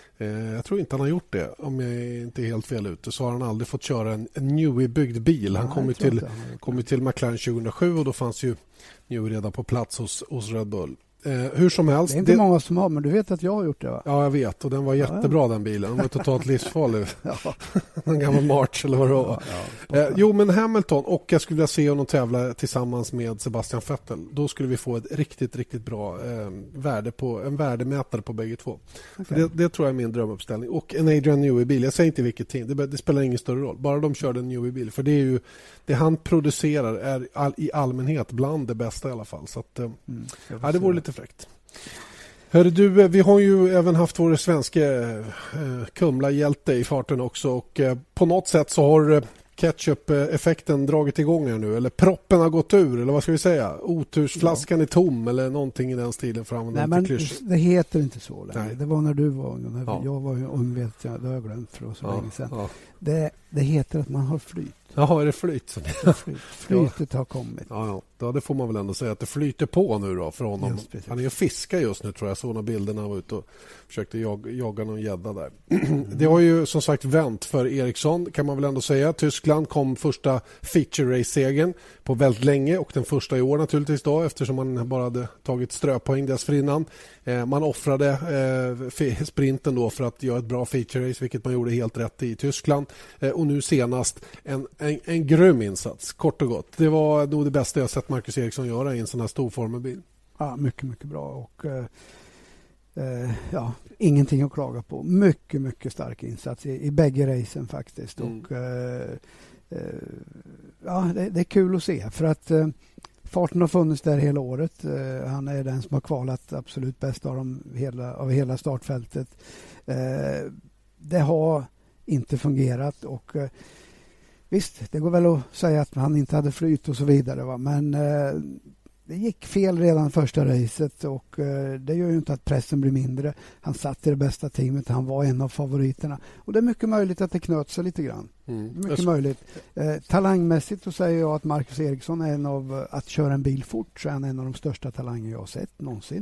Speaker 1: Jag tror inte han har gjort det. Om jag inte är helt fel ute så har han aldrig fått köra en, en Newey-byggd bil. Han kom ju till, kom till McLaren tjugohundrasju och då fanns ju Newey redan på plats hos, hos Red Bull. Eh, hur som helst.
Speaker 2: Det är inte
Speaker 1: det...
Speaker 2: många som har, men du vet att jag har gjort det va?
Speaker 1: Ja, jag vet. Och den var jättebra den bilen. Den var totalt livsfarlig.
Speaker 2: Ja.
Speaker 1: En gammal March eller vad det var. Ja, ja, eh, jo, men Hamilton och jag skulle vilja se honom tävla tillsammans med Sebastian Vettel. Då skulle vi få ett riktigt, riktigt bra eh, värde på, en värdemätare på bägge två. Okay. Det, det tror jag är min drömuppställning. Och en Adrian Newey-bil. Jag säger inte vilket team. Det, det spelar ingen större roll. Bara de körde en Newey-bil. För det är ju det han producerar är all, i allmänhet bland det bästa i alla fall. Så att, eh, mm, ja, det vore lite fräckt. Hörru du, vi har ju även haft vår svenska eh, Kumla-hjälte i farten också och eh, på något sätt så har eh, ketchup-effekten dragit igång här nu, eller proppen har gått ur, eller vad ska vi säga? Otursflaskan ja. är tom eller någonting i den stilen för att använda.
Speaker 2: Nej, men klysch. Det heter inte så längre. Det var när du var ung, när
Speaker 1: ja.
Speaker 2: jag var ju ung, vet jag, det har jag glömt för så
Speaker 1: ja.
Speaker 2: länge sedan. Ja. Det, det heter att man har flyt.
Speaker 1: Jaha, är det flyt?
Speaker 2: flyt. Flytet har kommit.
Speaker 1: Ja, ja. ja, det får man väl ändå säga att det flyter på nu då för honom. Han är ju fiskar just nu tror jag. Sådana bilderna var ute och försökte jaga, jaga någon gädda där. Mm. Det har ju som sagt vänt för Ericsson kan man väl ändå säga. Tyskland kom första feature-race-segern på väldigt länge och den första i år naturligtvis då eftersom man bara hade tagit ströpoäng dessförinnan. Eh, man offrade eh, sprinten då för att göra ett bra feature-race vilket man gjorde helt rätt i Tyskland. Eh, och nu senast en, en, en grym insats, kort och gott. Det var nog det bästa jag sett Marcus Ericsson göra i en sån här stor formelbil.
Speaker 2: Ja, mycket, mycket bra och eh, eh, ja, ingenting att klaga på. Mycket, mycket stark insats i, i bägge racen faktiskt. Mm. Och eh, eh, ja, det, det är kul att se för att eh, farten har funnits där hela året. Eh, han är den som har kvalat absolut bäst av, dem hela, av hela startfältet. Eh, det har inte fungerat och eh, visst, det går väl att säga att han inte hade flyt och så vidare. Va? Men eh, det gick fel redan första racet och eh, det gör ju inte att pressen blir mindre. Han satt i det bästa teamet, han var en av favoriterna. Och det är mycket möjligt att det knöt sig lite grann. Mm. Mycket möjligt. Eh, talangmässigt så säger jag att Marcus Ericsson är en av, att köra en bil fort så är han en av de största talanger jag har sett någonsin.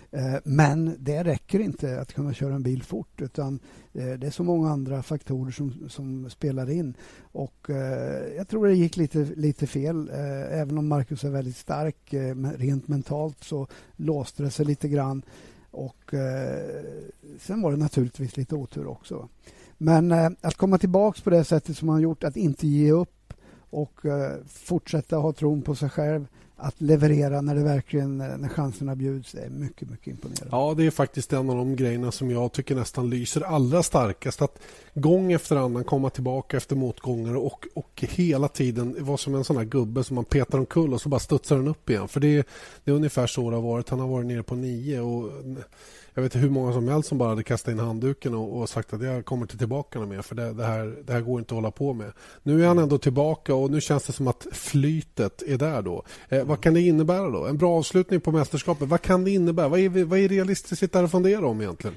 Speaker 2: Men det räcker inte att kunna köra en bil fort utan det är så många andra faktorer som, som spelar in och jag tror det gick lite, lite fel. Även om Marcus är väldigt stark rent mentalt så låste det sig lite grann och sen var det naturligtvis lite otur också. Men att komma tillbaka på det sättet som han gjort, att inte ge upp och fortsätta ha tron på sig själv, att leverera när det verkligen när chanserna bjuds är mycket, mycket imponerande.
Speaker 1: Ja, det är faktiskt en av de grejerna som jag tycker nästan lyser allra starkast. Att gång efter annan komma tillbaka efter motgångar och, och hela tiden vara som en sån här gubbe som man petar omkull och så bara studsar den upp igen. För det är, det är ungefär så det har varit. Han har varit nere på nio och jag vet inte hur många som helst som bara hade kastat in handduken och, och sagt att jag kommer inte tillbaka mer för det, det, här, det här går inte att hålla på med. Nu är han ändå tillbaka och nu känns det som att flytet är där då. Eh, vad kan det innebära då? En bra avslutning på mästerskapet. Vad kan det innebära? Vad är, vad är realistiskt att fundera om egentligen?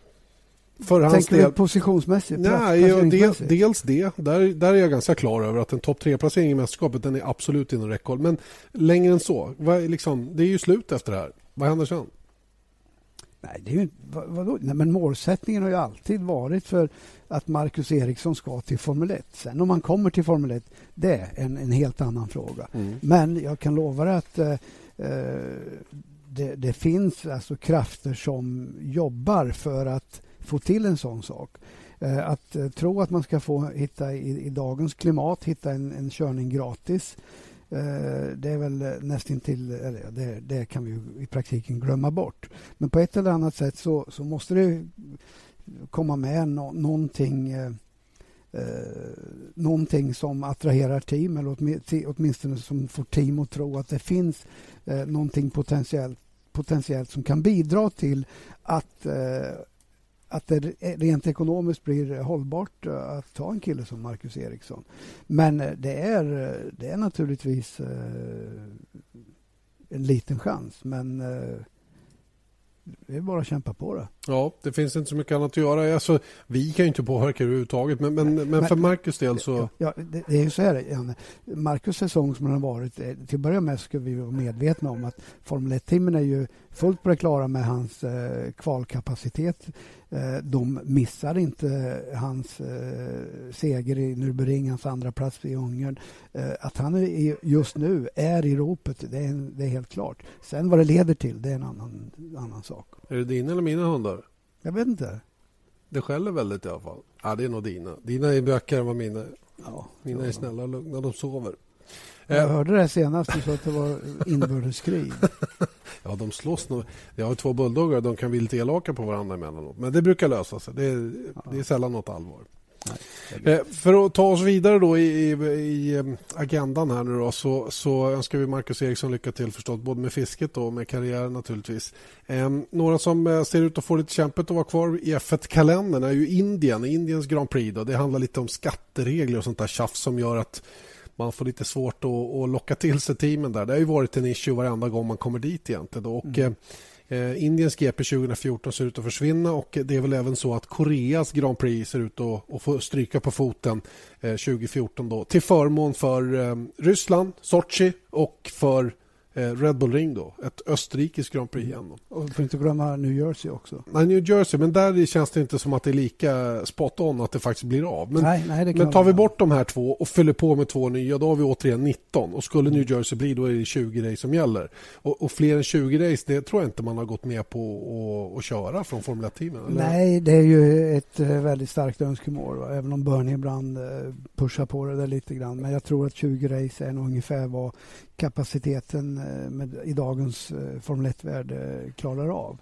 Speaker 2: För hans Tänker del... du positionsmässigt?
Speaker 1: Nej, ja, del, dels det. Där, där är jag ganska klar över att en topp tre-placering i mästerskapet den är absolut inom räckhåll. Men längre än så. Vad, liksom, det är ju slut efter det här. Vad händer sen?
Speaker 2: Nej, det är ju, vad, vadå? Nej, men målsättningen har ju alltid varit för att Marcus Ericsson ska till Formel ett. Sen om man kommer till Formel ett, det är en, en helt annan fråga. Mm. Men jag kan lova dig att eh, det, det finns alltså krafter som jobbar för att få till en sån sak. Eh, att eh, tro att man ska få hitta i, i dagens klimat, hitta en, en körning gratis. Det är väl nästan till, eller det, det kan vi ju i praktiken glömma bort. Men på ett eller annat sätt så, så måste det komma med no- någonting, eh, någonting som attraherar team, eller åtm- åtminstone som får team att tro att det finns eh, någonting potentiellt, potentiellt som kan bidra till att eh, att det rent ekonomiskt blir hållbart att ta en kille som Marcus Eriksson. Men det är, det är naturligtvis en liten chans. Men det är bara att kämpa på det.
Speaker 1: Ja, det finns inte så mycket annat att göra. Alltså, vi kan ju inte påverka det överhuvudtaget. Men, men, men, men för Marcus del så...
Speaker 2: Ja, det, det är ju så här, Janne. Marcus säsong som den har varit, till att börja med ska vi vara medvetna om att Formel ett-teamen är ju fullt på det klara med hans eh, kvalkapacitet. Eh, de missar inte hans eh, seger i Nürburgring, hans andra plats i Ungern. Eh, att han är, just nu är i ropet, det är, det är helt klart. Sen vad det leder till, det är en annan, annan sak.
Speaker 1: Är det dina eller mina hundar?
Speaker 2: Jag vet inte.
Speaker 1: Det skäller väldigt i alla fall. Ja, det är nog dina. Dina är bökigare än vad mina är.
Speaker 2: Ja,
Speaker 1: mina är snälla och lugna, de sover.
Speaker 2: Jag hörde det senast, du sa att det var inbördeskrig.
Speaker 1: Ja, de slåss nog. Jag har två bulldoggar, de kan bli lite elaka på varandra emellanåt. Men det brukar lösa sig. Det är, ja. det är sällan något allvar. Nej, eh, för att ta oss vidare då i, i, i agendan här nu då, så, så önskar vi Marcus Eriksson lycka till förstås, både med fisket och med karriären naturligtvis. Eh, några som eh, ser ut att få lite kämpet att vara kvar i F ett-kalendern är ju Indien, Indiens Grand Prix då. Det handlar lite om skatteregler och sånt där tjafs som gör att man får lite svårt att, att locka till sig teamen där. Det har ju varit en issue varenda gång man kommer dit egentligen då. Och mm. eh, Indiens G P tjugo fjorton ser ut att försvinna, och det är väl även så att Koreas Grand Prix ser ut att, att få stryka på foten eh, tjugo fjorton då, till förmån för eh, Ryssland, Sochi och för eh, Red Bull Ring då, ett österrikiskt Grand Prix igen.
Speaker 2: Och får inte glömma New Jersey också.
Speaker 1: Nej, New Jersey, men där känns det inte som att det är lika spot on att det faktiskt blir av. Men,
Speaker 2: nej, nej, det kan
Speaker 1: men tar vi bort de här två och fyller på med två nya, då har vi återigen nitton. Och skulle New Jersey bli, då är det tjugo race som gäller. Och, och fler än tjugo race, det tror jag inte man har gått med på att, att köra från Formel ett-teamen.
Speaker 2: Nej, det är ju ett väldigt starkt önskemål. Va? Även om Bernie ibland pushar på det där lite grann. Men jag tror att tjugo race är nog ungefär vad kapaciteten med, i dagens eh, Formel ett-värld klarar av.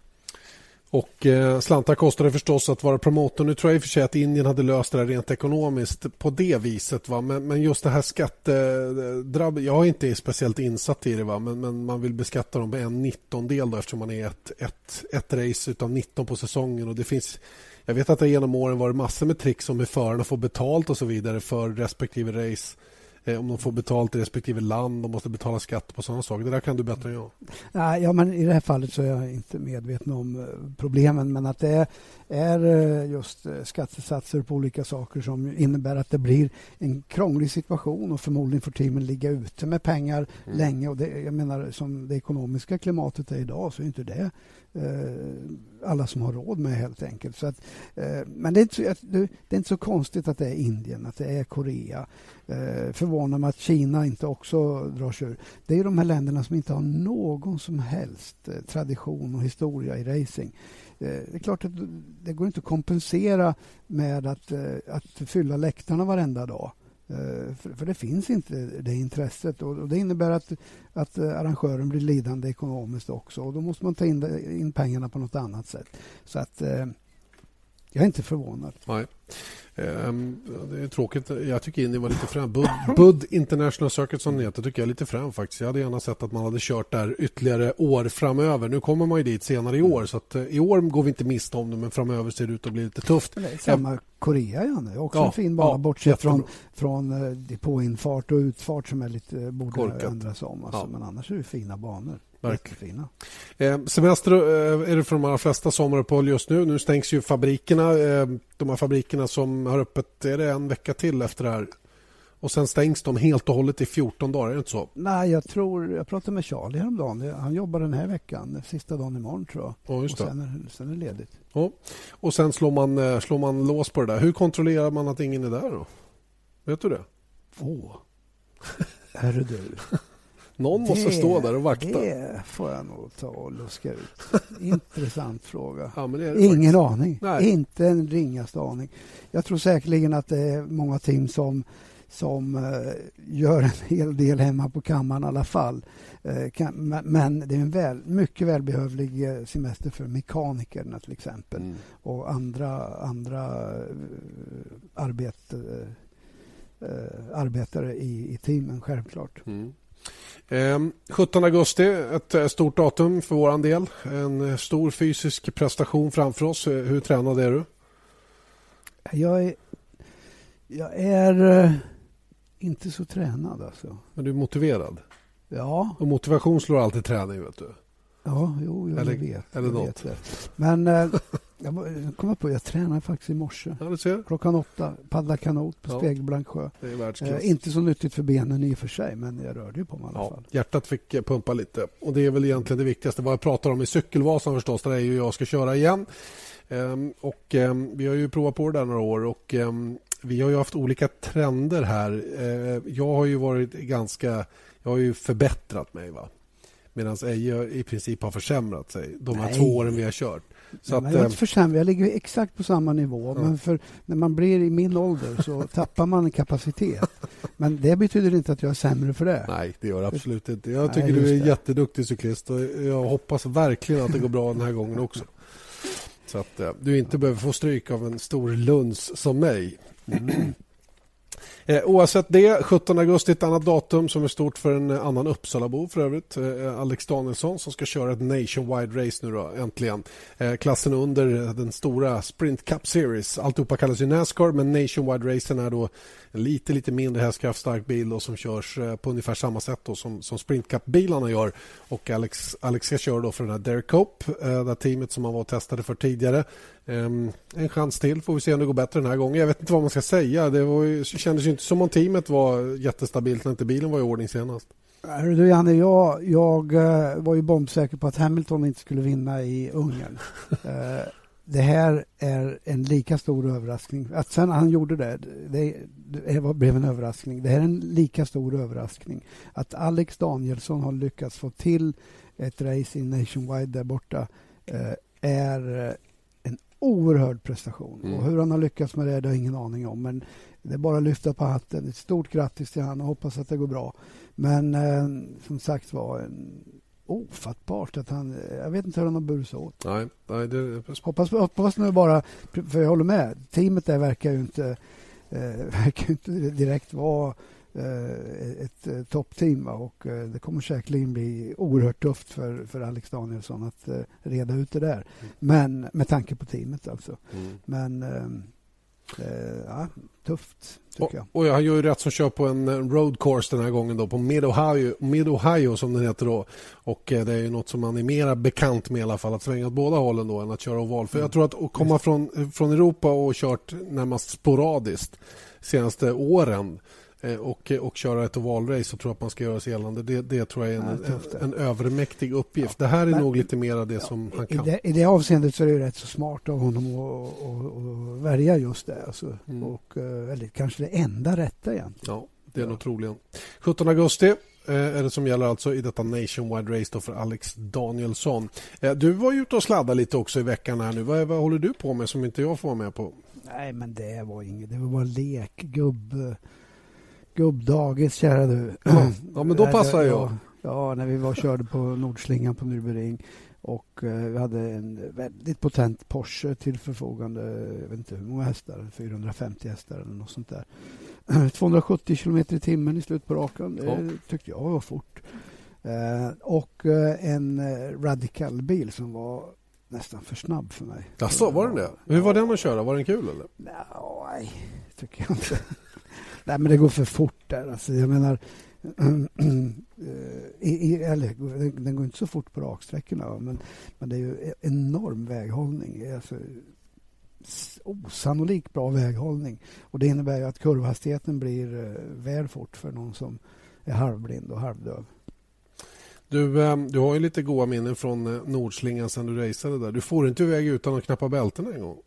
Speaker 1: Och eh, slantar kostar det förstås att vara promotor. Nu tror jag i och för sig att Indien hade löst det rent ekonomiskt på det viset. Va? Men, men just det här skattedrabb... Jag är inte speciellt insatt i det, va? Men, men man vill beskatta dem med en nittondel då, eftersom man är ett, ett, ett race utav nitton på säsongen. Och det finns... Jag vet att det genom åren varit massor med tricks om hur förarna får betalt och så vidare för respektive race. Om de får betalt i respektive land, de måste betala skatt på sådana saker. Det där kan du bättre än jag.
Speaker 2: Nej, ja, men i det här fallet så är jag inte medveten om problemen. Men att det är, är just skattesatser på olika saker som innebär att det blir en krånglig situation. Och förmodligen får teamen ligga ute med pengar mm. länge. Och det, jag menar, som det ekonomiska klimatet är idag så är inte det eh, alla som har råd med helt enkelt. Så att, eh, men det är, inte så, det är inte så konstigt att det är Indien, att det är Korea. Eh, förvånar mig att Kina inte också drar sig ur. Det är de här länderna som inte har någon som helst eh, tradition och historia i racing. Eh, det är klart att det går inte att kompensera med att, eh, att fylla läktarna varenda dag. Uh, för, för det finns inte det intresset, och, och det innebär att, att uh, arrangören blir lidande ekonomiskt också, och då måste man ta in, in pengarna på något annat sätt. Så att uh, jag är inte förvånad.
Speaker 1: Nej. Um, det är tråkigt. Jag tycker Indien var lite fram. Bud, Bud International Circuit som det heter, tycker jag är lite fram faktiskt. Jag hade gärna sett att man hade kört där ytterligare år framöver. Nu kommer man ju dit senare i år, så att uh, i år går vi inte miste om det, men framöver ser det ut att bli lite tufft.
Speaker 2: Det är samma Korea, Janne. Också ja, en fin bana, ja, bortsett från, från uh, depåinfart och utfart som är lite uh, borde Korkat. ändras om. Alltså. Ja. Men annars är det fina banor.
Speaker 1: Fina. Eh, semester eh, är det för de allra flesta sommaruppehåll just nu. Nu stängs ju fabrikerna. Eh, de här fabrikerna som har öppet, är det en vecka till efter det här. Och sen stängs de helt och hållet i fjorton dagar, är det inte så?
Speaker 2: Nej, jag tror, jag pratade med Charlie häromdagen. Han jobbar den här veckan, sista dagen imorgon tror jag.
Speaker 1: Ja, just det.
Speaker 2: Och sen är, sen är det ledigt.
Speaker 1: Ja. Och sen slår man, slår man lås på det där. Hur kontrollerar man att ingen är där då? Vet du det?
Speaker 2: Åh, oh. Är det du?
Speaker 1: Någon
Speaker 2: det,
Speaker 1: måste stå där och vakta.
Speaker 2: Det får jag nog ta och luska ut. Intressant fråga.
Speaker 1: Ja, men det är det
Speaker 2: Ingen
Speaker 1: faktiskt.
Speaker 2: aning.
Speaker 1: Nej.
Speaker 2: Inte en ringaste aning. Jag tror säkerligen att det är många team som, som eh, gör en hel del hemma på kammaren i alla fall. Eh, kan, men det är en väl, mycket välbehövlig eh, semester för mekanikerna till exempel. Mm. Och andra, andra eh, arbete, eh, arbetare i, i teamen, självklart.
Speaker 1: Mm. Eh, sjuttonde augusti, ett stort datum för våran del. En stor fysisk prestation framför oss. Hur tränad är du?
Speaker 2: Jag är, jag är uh, inte så tränad alltså.
Speaker 1: Men du är motiverad?
Speaker 2: Ja.
Speaker 1: Och motivation slår alltid träning, vet du.
Speaker 2: Ja, jo, jag
Speaker 1: eller,
Speaker 2: vet.
Speaker 1: Eller
Speaker 2: jag
Speaker 1: något.
Speaker 2: Vet det. Men uh, jag kommer på, jag tränade faktiskt i morse.
Speaker 1: Ja, du ser.
Speaker 2: Klockan åtta, paddla kanot på
Speaker 1: ja.
Speaker 2: Spegelblank sjö.
Speaker 1: Det är världsklass.
Speaker 2: Uh, inte så nyttigt för benen i och för sig, men jag rörde ju på mig i alla
Speaker 1: ja.
Speaker 2: fall.
Speaker 1: Hjärtat fick pumpa lite. Och det är väl egentligen det viktigaste. Vad jag pratar om i Cykelvasan förstås, där är ju jag ska köra igen. Um, och um, vi har ju provat på det där några år och um, vi har ju haft olika trender här. Uh, jag har ju varit ganska, jag har ju förbättrat mig, va. Medan Eje i princip har försämrat sig de här Nej. två åren vi har kört. Så
Speaker 2: ja,
Speaker 1: att,
Speaker 2: men jag har inte försämrat, jag ligger exakt på samma nivå. Ja. Men för när man blir i min ålder så tappar man kapacitet. Men det betyder inte att jag är sämre för det.
Speaker 1: Nej, det gör det absolut inte. Jag tycker Nej, du är det. jätteduktig cyklist och jag hoppas verkligen att det går bra den här gången också. Så att uh, du inte behöver få stryk av en stor luns som mig. Mm. Eh, oavsett det, sjuttonde augusti ett annat datum som är stort för en annan Uppsalabo för övrigt. Eh, Alex Danielsson som ska köra ett nationwide race nu då, äntligen. Eh, klassen under den stora Sprint Cup Series. Alltihopa kallas ju NASCAR, men nationwide racen är då en lite, lite mindre hästkraftstark bil då, som körs eh, på ungefär samma sätt då, som, som Sprint Cup-bilarna gör. Och Alex, Alex ska köra då för den här Derek Cope, eh, det teamet som han var och testade för tidigare. Um, en chans till, får vi se om det går bättre den här gången. Jag vet inte vad man ska säga. Det var ju, kändes ju inte som om teamet var jättestabilt när inte bilen var i ordning senast.
Speaker 2: Du Janne, jag, jag uh, var ju bombsäker på att Hamilton inte skulle vinna i Ungern. uh, det här är en lika stor överraskning. Att sen han gjorde det, det, det var, blev en överraskning. Det här är en lika stor överraskning. Att Alex Danielsson har lyckats få till ett race i Nationwide där borta uh, är uh, oerhörd prestation. Mm. Och hur han har lyckats med det, det har jag ingen aning om. Men det är bara att lyfta på hatten. Ett stort grattis till han och hoppas att det går bra. Men eh, som sagt var en ofattbart att han, jag vet inte hur han har burit sig åt.
Speaker 1: Nej, nej, det...
Speaker 2: hoppas, hoppas nu bara, för jag håller med, teamet där verkar ju inte, eh, verkar inte direkt vara ett eh, toppteam, och eh, det kommer säkerligen bli oerhört tufft för, för Alex Danielsson att eh, reda ut det där. Mm. Men med tanke på teamet alltså. Mm. Men eh, eh, ja, tufft tycker
Speaker 1: och,
Speaker 2: jag.
Speaker 1: Och han gör ju rätt som kör på en road course den här gången då, på Mid-Ohio, Mid-Ohio som den heter då. Och eh, det är ju något som man är mera bekant med i alla fall, att svänga åt båda hållen då än att köra oval. För mm. jag tror att att komma från, från Europa och kört närmast sporadiskt senaste åren Och, och köra ett ovalrace, så tror jag att man ska göra sig gällande. Det, det tror jag är en, en, en övermäktig uppgift. Ja, det här är men, nog lite mer det ja, som han kan.
Speaker 2: I det, I det avseendet så är det rätt så smart av honom att, att, att välja just det. Alltså. Mm. Och, eller kanske det enda rätta egentligen.
Speaker 1: Ja, det är ja. nog troligen. sjuttonde augusti är det som gäller alltså i detta nationwide race då för Alex Danielsson. Du var ju ute och sladdade lite också i veckan här nu. Vad, vad håller du på med som inte jag får vara med på?
Speaker 2: Nej, men det var inget. Det var bara lek, gubb... Gubbdagis, kära du.
Speaker 1: Ja, ja men då passar jag.
Speaker 2: Ja, ja, när vi var och körde på Nordslingan på Nürburgring. Och eh, vi hade en väldigt potent Porsche till förfogande. Jag vet inte hur många hästar. fyrahundrafemtio hästar eller något sånt där. tvåhundrasjuttio kilometer i timmen i slut på rakan. Det ja. tyckte jag var fort. Eh, och eh, en eh, Radical-bil som var nästan för snabb för mig.
Speaker 1: Ja, så var den det? Hur var den att köra? Var den kul eller?
Speaker 2: Nej, tycker jag inte. Nej, men det går för fort där. Alltså, jag menar, i, i, eller, den, den går inte så fort på raksträckorna, men, men det är ju enorm väghållning. Alltså, osannolikt bra väghållning. Och det innebär ju att kurvhastigheten blir uh, väl fort för någon som är halvblind och halvdöv.
Speaker 1: Du, du har ju lite goda minnen från Nordslingan sedan du raceade där. Du får inte iväg utan att knappa bälten en gång.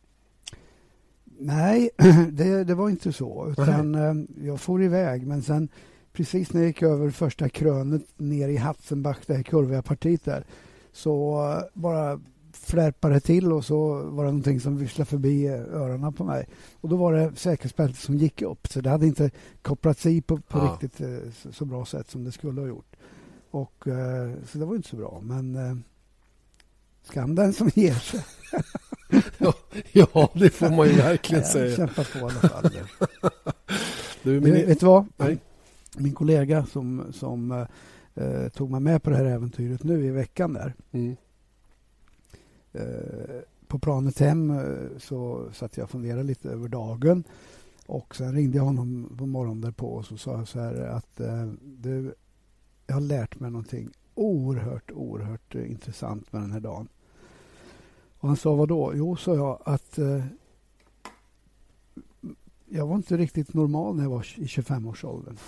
Speaker 2: Nej, det, det var inte så. Utan mm. jag får iväg, men sen precis när jag gick över första krönet ner i Hatzenbach, det här kurviga partiet där, så bara flärpade till och så var det någonting som visslade förbi öronen på mig. Och då var det säkerhetsbältet som gick upp. Så det hade inte kopplats i på, på ja. riktigt så, så bra sätt som det skulle ha gjort. Och, eh, så det var inte så bra. Men eh, skam den som ger sig.
Speaker 1: ja, ja, det får man ju verkligen
Speaker 2: jag
Speaker 1: säga.
Speaker 2: Kämpa på i alla fall.
Speaker 1: du,
Speaker 2: men... Vet du vad?
Speaker 1: Nej.
Speaker 2: Min kollega som, som eh, tog mig med på det här äventyret nu i veckan där. Mm. Eh, på planet hem eh, så satt jag och funderade lite över dagen. Och sen ringde jag honom på morgonen därpå och så sa jag så här att eh, du, jag har lärt mig någonting oerhört, oerhört eh, intressant med den här dagen. Och han sa, vad då? Jo, sa jag, att eh, jag var inte riktigt normal när jag var i tjugofem-årsåldern.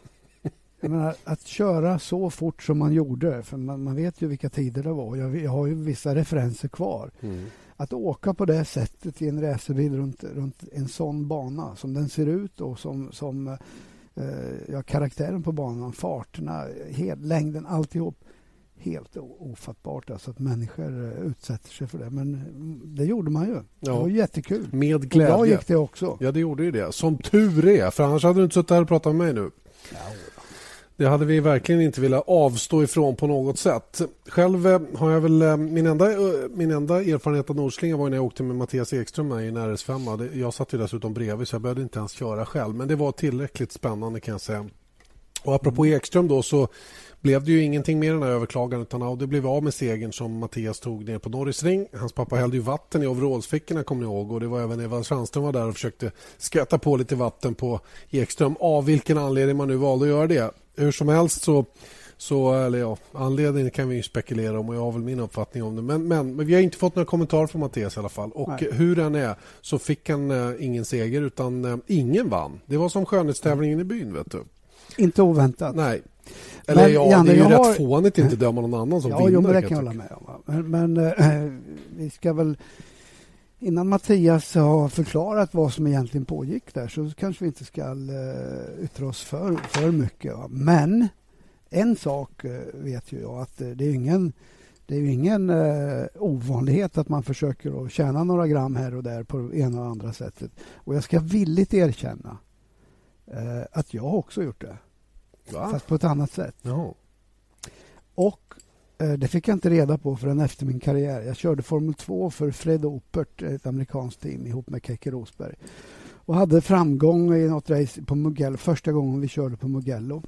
Speaker 2: Jag menar, att köra så fort som man gjorde, för man, man vet ju vilka tider det var. Jag, jag har ju vissa referenser kvar. Mm. Att åka på det sättet i en racerbil runt, runt en sån bana, som den ser ut och som, som eh, ja, karaktären på banan, farterna, hel, längden, alltihop. Helt ofattbart alltså att människor utsätter sig för det. Men det gjorde man ju. Ja. Det var jättekul.
Speaker 1: Med glädje.
Speaker 2: Och då gick det också.
Speaker 1: Ja, det gjorde ju det. Som tur är, för annars hade du inte suttit här och pratat med mig nu. Ja. Det hade vi verkligen inte velat avstå ifrån på något sätt. Själv har jag väl min enda, min enda erfarenhet av Nordslinga var när jag åkte med Mattias Ekström med i en R S fem. Jag satt ju dessutom bredvid så jag behövde inte ens köra själv. Men det var tillräckligt spännande kan jag säga. Och apropå mm. Ekström då så blev det ju ingenting mer den här överklagan utan Audi blev av med segern som Mattias tog ner på Norris Ring. Hans pappa hällde ju vatten i overallsfickorna kommer ni ihåg och det var även Eva Sandström var där och försökte sköta på lite vatten på Ekström av vilken anledning man nu valde att göra det. Hur som helst så, så eller ja, anledningen kan vi ju spekulera om och jag har väl min uppfattning om det. Men, men, men vi har inte fått några kommentarer från Mattias i alla fall. Och Nej. hur den är så fick han äh, ingen seger utan äh, ingen vann. Det var som skönhetstävlingen i byn, vet du.
Speaker 2: Inte oväntat.
Speaker 1: Nej. Eller men, ja, Janne, det är ju rätt har... fånigt inte döma någon annan som
Speaker 2: ja,
Speaker 1: vinner.
Speaker 2: Ja, men det kan jag hålla med om. Men, men äh, vi ska väl... Innan Mattias har förklarat vad som egentligen pågick där så kanske vi inte ska uh, yttra oss för, för mycket. Va? Men en sak uh, vet ju jag att uh, det är ingen, det är ingen uh, ovanlighet att man försöker att tjäna några gram här och där på ena och andra sättet. Och jag ska villigt erkänna uh, att jag också gjort det. Va? Fast på ett annat sätt.
Speaker 1: Jaha.
Speaker 2: Och det fick jag inte reda på förrän efter min karriär. Jag körde Formel två för Fred Opert, ett amerikanskt team ihop med Keke Rosberg. Och hade framgång i något race på Mugello. Första gången vi körde på Mugello.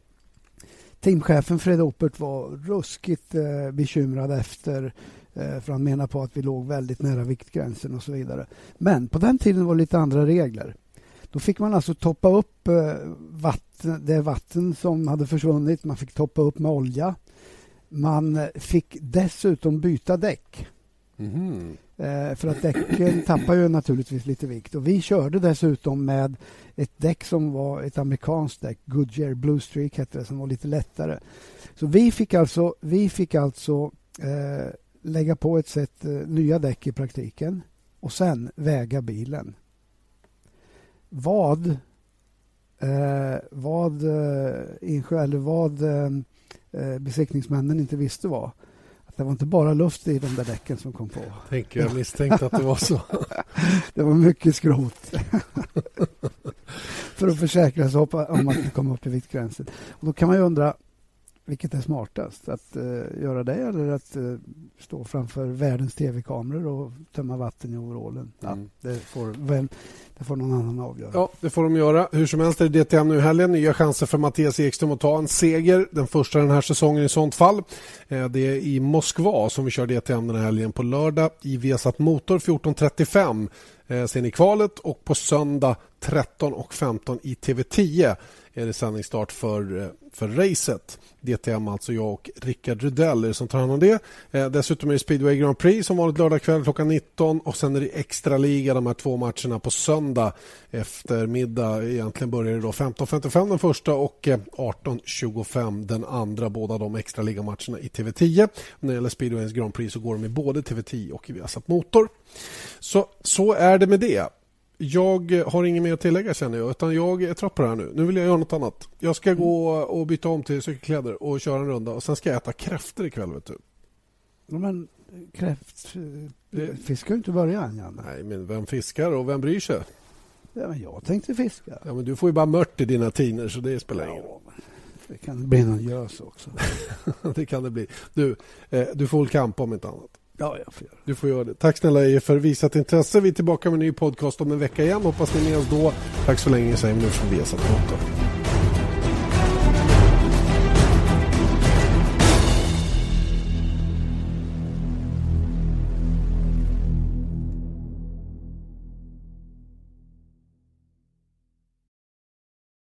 Speaker 2: Teamchefen Fred Opert var ruskigt eh, bekymrad efter. Eh, för han menar på att vi låg väldigt nära viktgränsen och så vidare. Men på den tiden var det lite andra regler. Då fick man alltså toppa upp eh, vatten, det vatten som hade försvunnit. Man fick toppa upp med olja. Man fick dessutom byta däck. Mm. Eh, för att däcken tappar ju naturligtvis lite vikt. Och vi körde dessutom med ett däck som var ett amerikanskt däck. Goodyear Blue Streak hette det, som var lite lättare. Så vi fick alltså, vi fick alltså eh, lägga på ett sätt eh, nya däck i praktiken. Och sen väga bilen. Vad eh, vad eh, insjö, eller vad eh, besiktningsmännen inte visste var att det var inte bara luft i de där däcken som kom på.
Speaker 1: Tänk, jag misstänkte att det var så.
Speaker 2: Det var mycket skrot. För att försäkra sig om att det kom upp i viktgränsen. Och då kan man ju undra, vilket är smartast? Att uh, göra det eller att uh, stå framför världens tv-kameror och tömma vatten i overallen? Ja, mm. det, får, väl, det får någon annan avgöra.
Speaker 1: Ja, det får de göra. Hur som helst är det D T M nu helgen. Nya chanser för Mattias Ekström att ta en seger. Den första den här säsongen i sånt fall. Eh, det är i Moskva som vi kör D T M den här helgen på lördag. I Viasat Motor fjorton trettiofem eh, sen i kvalet. Och på söndag tretton och femton i T V tio är det sändningsstart för, för racet. D T M, alltså jag och Rickard Rydell är det som tar hand om det. Eh, dessutom är det Speedway Grand Prix som vanligt lördag kväll klockan nitton och sen är det extra liga de här två matcherna på söndag eftermiddag. Egentligen börjar det då femton femtiofem den första och arton tjugofem den andra, båda de extra liga matcherna i T V tio. När det gäller Speedways Grand Prix så går de i både T V tio och i Viasat Motor. Så, så är det med det. Jag har inget mer att tillägga känner jag, utan jag är trött på det här nu. Nu vill jag göra något annat. Jag ska gå och byta om till cykelkläder och köra en runda och sen ska jag äta kräftor ikväll, vet du.
Speaker 2: Men Kräft, fiskar inte början, Janne.
Speaker 1: Nej, men vem fiskar och vem bryr sig?
Speaker 2: Ja, men jag tänkte fiska.
Speaker 1: Ja, men du får ju bara mört i dina tiner så det spelar ingen roll.
Speaker 2: Ja, det kan bli någon gös också.
Speaker 1: Det kan det bli. Du, eh, du får väl kampa om inte annat.
Speaker 2: Ja, jag får göra det.
Speaker 1: Du får göra det. Tack snälla er för visat intresse. Vi är tillbaka med en ny podcast om en vecka igen. Hoppas ni är med oss då. Tack så länge, säger vi nu från Viasat.